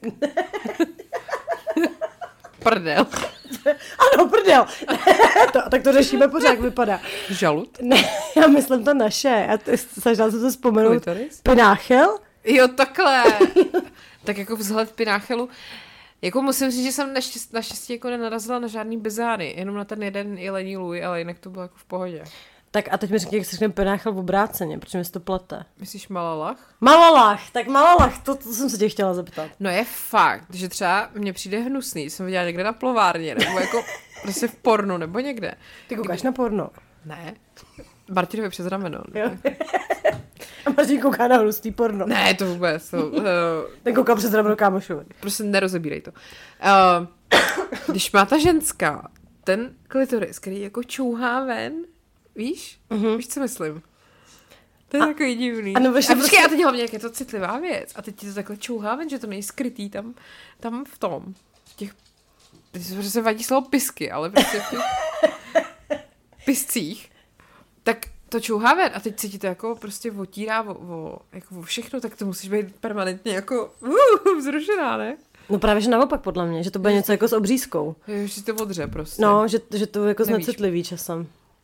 Prdel. Ano, prdel. Tak to řešíme pořád, jak vypadá. Žalud? Ne, já myslím to naše. Snažila jsem se vzpomenout. Klitoris? Pináchel? Jo, takhle. Tak jako vzhled pináchelu. Jako musím říct, že jsem naštěstí jako nenarazila na žádný bizány, jenom na ten jeden jelení lůj, ale jinak to bylo jako v pohodě. Tak a teď mi řekni, jak se řekne pináchel v obráceně, protože mi se to plete. Myslíš malalach? Malalach, to jsem se tě chtěla zeptat. No je fakt, že třeba mně přijde hnusný, jsem viděla někde na plovárně, nebo jako prostě v pornu, nebo někde. Ty koukáš na porno? Ne. Martinovi přes rameno. A Martin kouká na hnusný porno. Ne, to vůbec. Ten kouká přes rameno kámošovi. Prostě nerozebírej to. Když má ta ženská ten klitoris, který jako čouhá ven, víš? Víš, co myslím? To je takový divný. A a teď hlavně, jak je to citlivá věc. A teď ti to takhle čouhá ven, že to není skrytý tam v tom. Teď se vadí slovo pisky, ale prostě v těch piscích. Tak to čouhá ven a teď se ti to jako prostě otírá jako všechno, tak to musíš být permanentně jako vzrušená, ne? No právě, že naopak podle mě, že to bude něco jako s obřízkou. Že si to odře prostě. No, že to jako znecitliví časem.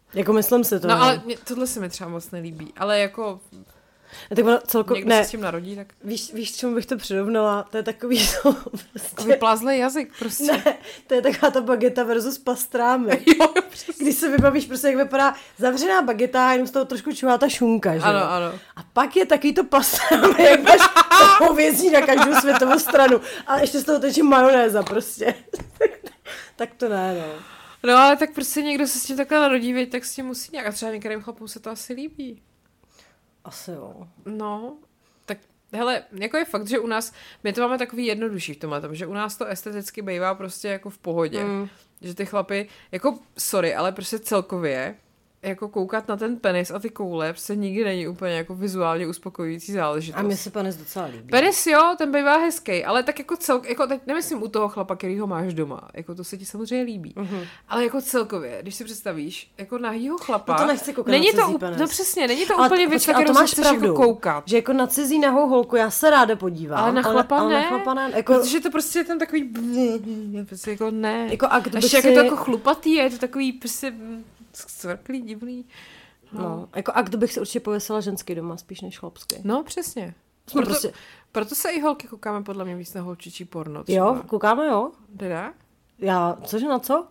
Jako myslím si to. No ale tohle se mi třeba moc nelíbí, ale jako... Tak někdo se s tím narodí, tak... Víš, čemu bych to přirovnala? To je takový to prostě... Vyplázlej jazyk, prostě. Ne, to je taková ta bageta versus pastrámy. Jo, když se vybavíš prostě, jak vypadá zavřená bageta a jenom z toho trošku čuhá ta šunka, že ano, ano. A pak je takový to pastrámy, jak máš hovězí na každou světovou stranu. A ještě z toho teče majonéza prostě. Tak to ne, no. No ale tak prostě někdo se s tím takhle narodí, věď, tak s tím musí nějak. A třeba některým chlapům se to asi líbí. Asi jo. No, tak hele, jako je fakt, že u nás, my to máme takový jednodušší v tomhle, že u nás to esteticky bývá prostě jako v pohodě. Že ty chlapy, jako sorry, ale prostě celkově, jako koukat na ten penis a ty koule prostě nikdy není úplně jako vizuálně uspokojující záležitost. A mně se penis docela líbí. Penis jo, ten bývá hezký, ale tak jako jako teď nemyslím u toho chlapa, který ho máš doma, jako to se ti samozřejmě líbí. Ale jako celkově, když si představíš, jako nahýho chlapa, no to nechci koukat není na to cizí penis. No přesně, není to úplně věc, kterou máš chceš pravdu, jako koukat. Že jako na cizí nahou holku já se ráda podívám. Ale na chlapa ale ne. Na chlapa ne. Jako... Protože to prostě je tam takový prostě jako ne. Jako a kdyby ještě si... jak je to jako chlupatý, je to takový prostě svrklý, divný. No, jako a kdybych si určitě pověsila ženský doma, spíš než chlapský. No, přesně. Proto se i holky koukáme podle mě víc na holčičí porno. Třeba. Jo, koukáme, jo. Teda? Cože na co?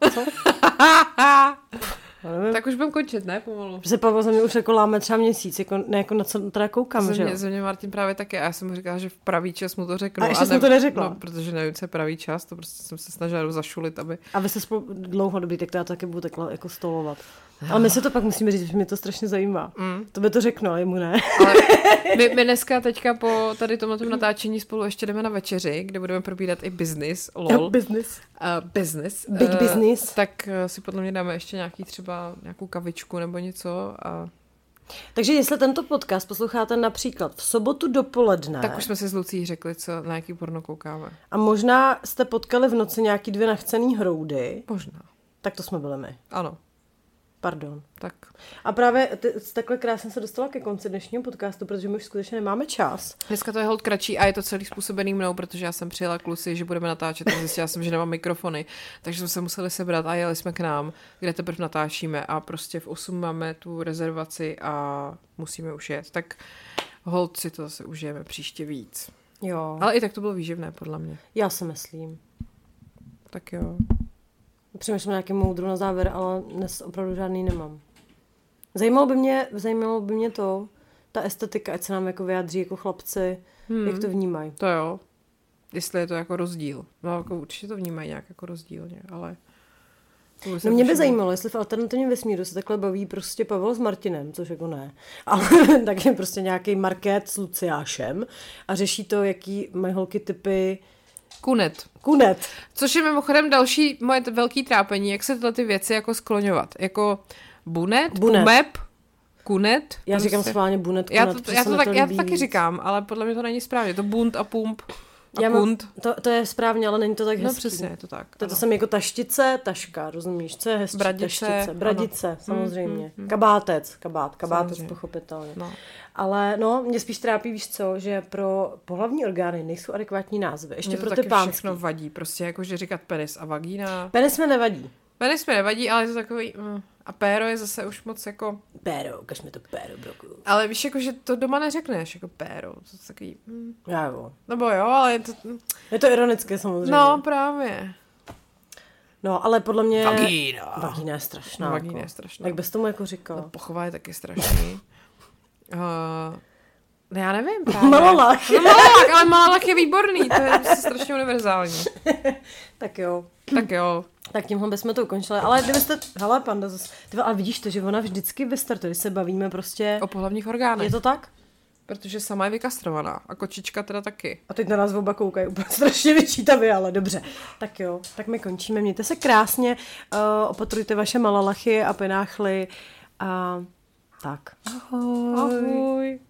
Tak už budem končit, ne? Pomalu. Protože Pavel za mě už jako láme třeba měsíc, jako, ne jako na co teda koukám, že jo? Za mě Martin právě taky a já jsem mu říkala, že v pravý čas mu to řeknu. A ještě jsem to neřekla. No, protože nevím, co je pravý čas, to prostě jsem se snažila zašulit, aby... A vy jste spolu dlouhodobí, tak to já taky budu takhle jako stolovat. Ale my se to pak musíme říct, že mě to strašně zajímá. To by to řeknu, ale jemu ne. Ale my dneska teďka po tady tomhle natáčení spolu ještě jdeme na večeři, kde budeme probírat i business, lol. Business. Business. Big business. Tak si podle mě dáme ještě nějakou kavičku nebo něco. A... Takže jestli tento podcast posloucháte například v sobotu dopoledne. Tak už jsme si s Lucí řekli, na jaký porno koukáme. A možná jste potkali v noci nějaký 2 nachcený hroudy. Možná. Tak to jsme byli my. Ano. Pardon. Tak. A právě takhle krásně se dostala ke konci dnešního podcastu, protože my už skutečně nemáme čas. Dneska to je hold kratší a je to celý způsobený mnou, protože já jsem přijela k Luci, že budeme natáčet a zjistila jsem, že nemám mikrofony, takže jsme se museli sebrat a jeli jsme k nám, kde teprve natáčíme a prostě v 8 máme tu rezervaci a musíme už jet. Tak hold si to zase užijeme příště víc. Jo. Ale i tak to bylo výživné, podle mě. Já si myslím. Tak jo. Přemýšlím nějaký moudru na závěr, ale dnes opravdu žádný nemám. Zajímalo by mě to, ta estetika, ať se nám jako vyjádří jako chlapci, jak to vnímají. To jo. Jestli je to jako rozdíl. No jako určitě to vnímají nějak jako rozdílně, ale... No mě by zajímalo, jestli v alternativním vesmíru se takhle baví prostě Pavel s Martinem, což jako ne, ale taky prostě nějaký Market s Luciášem a řeší to, jaký mají holky typy Kunet. Což je mimochodem další moje velký trápení, jak se tyhle ty věci jako skloňovat. Jako bunet. Pumep, kunet. Já říkám schválně bunet, kunet. Já to taky říkám, ale podle mě to není správně. To bunt a pump a kunt. To je správně, ale není to tak hezký. No přesně, je to tak. To jsem jako taštice, taška, rozumíš? Co je hezčí? Taštice, bradice, samozřejmě. Kabátec, pochopitelně. No. Ale no, mě spíš trápí, víš co, že pro pohlavní orgány nejsou adekvátní názvy. Ještě pro ty pánský. Všechno vadí, prostě jakože říkat penis a vagína. Penis mi nevadí. Penis mi nevadí, ale je to takový... A péro je zase už moc jako... Péro, ukaž mi to péro, broku. Ale víš, jako, že to doma neřekneš, jako péro. To je takový... Já jo. Nebo jo, ale je to... Je to ironické samozřejmě. No, právě. No, ale podle mě... Vagína je strašná. Vagína je strašná. Jak bys tomu jako říkal? No, pochova je taky strašný. No já nevím právě. Malalach. No malalach, ale malalach je výborný, to je strašně univerzální. Tak jo. Tak tímhle bychom to ukončili, ale kdybyste, hele panda zase, ale vidíš to, že ona vždycky vystartuje, když se bavíme prostě... O pohlavních orgánech. Je to tak? Protože sama je vykastrovaná a kočička teda taky. A teď na nás oba koukají úplně strašně vyčítavě, ale dobře. Tak jo, tak my končíme, mějte se krásně, opatrujte vaše malalachy a penáchly a tak. Ahoj.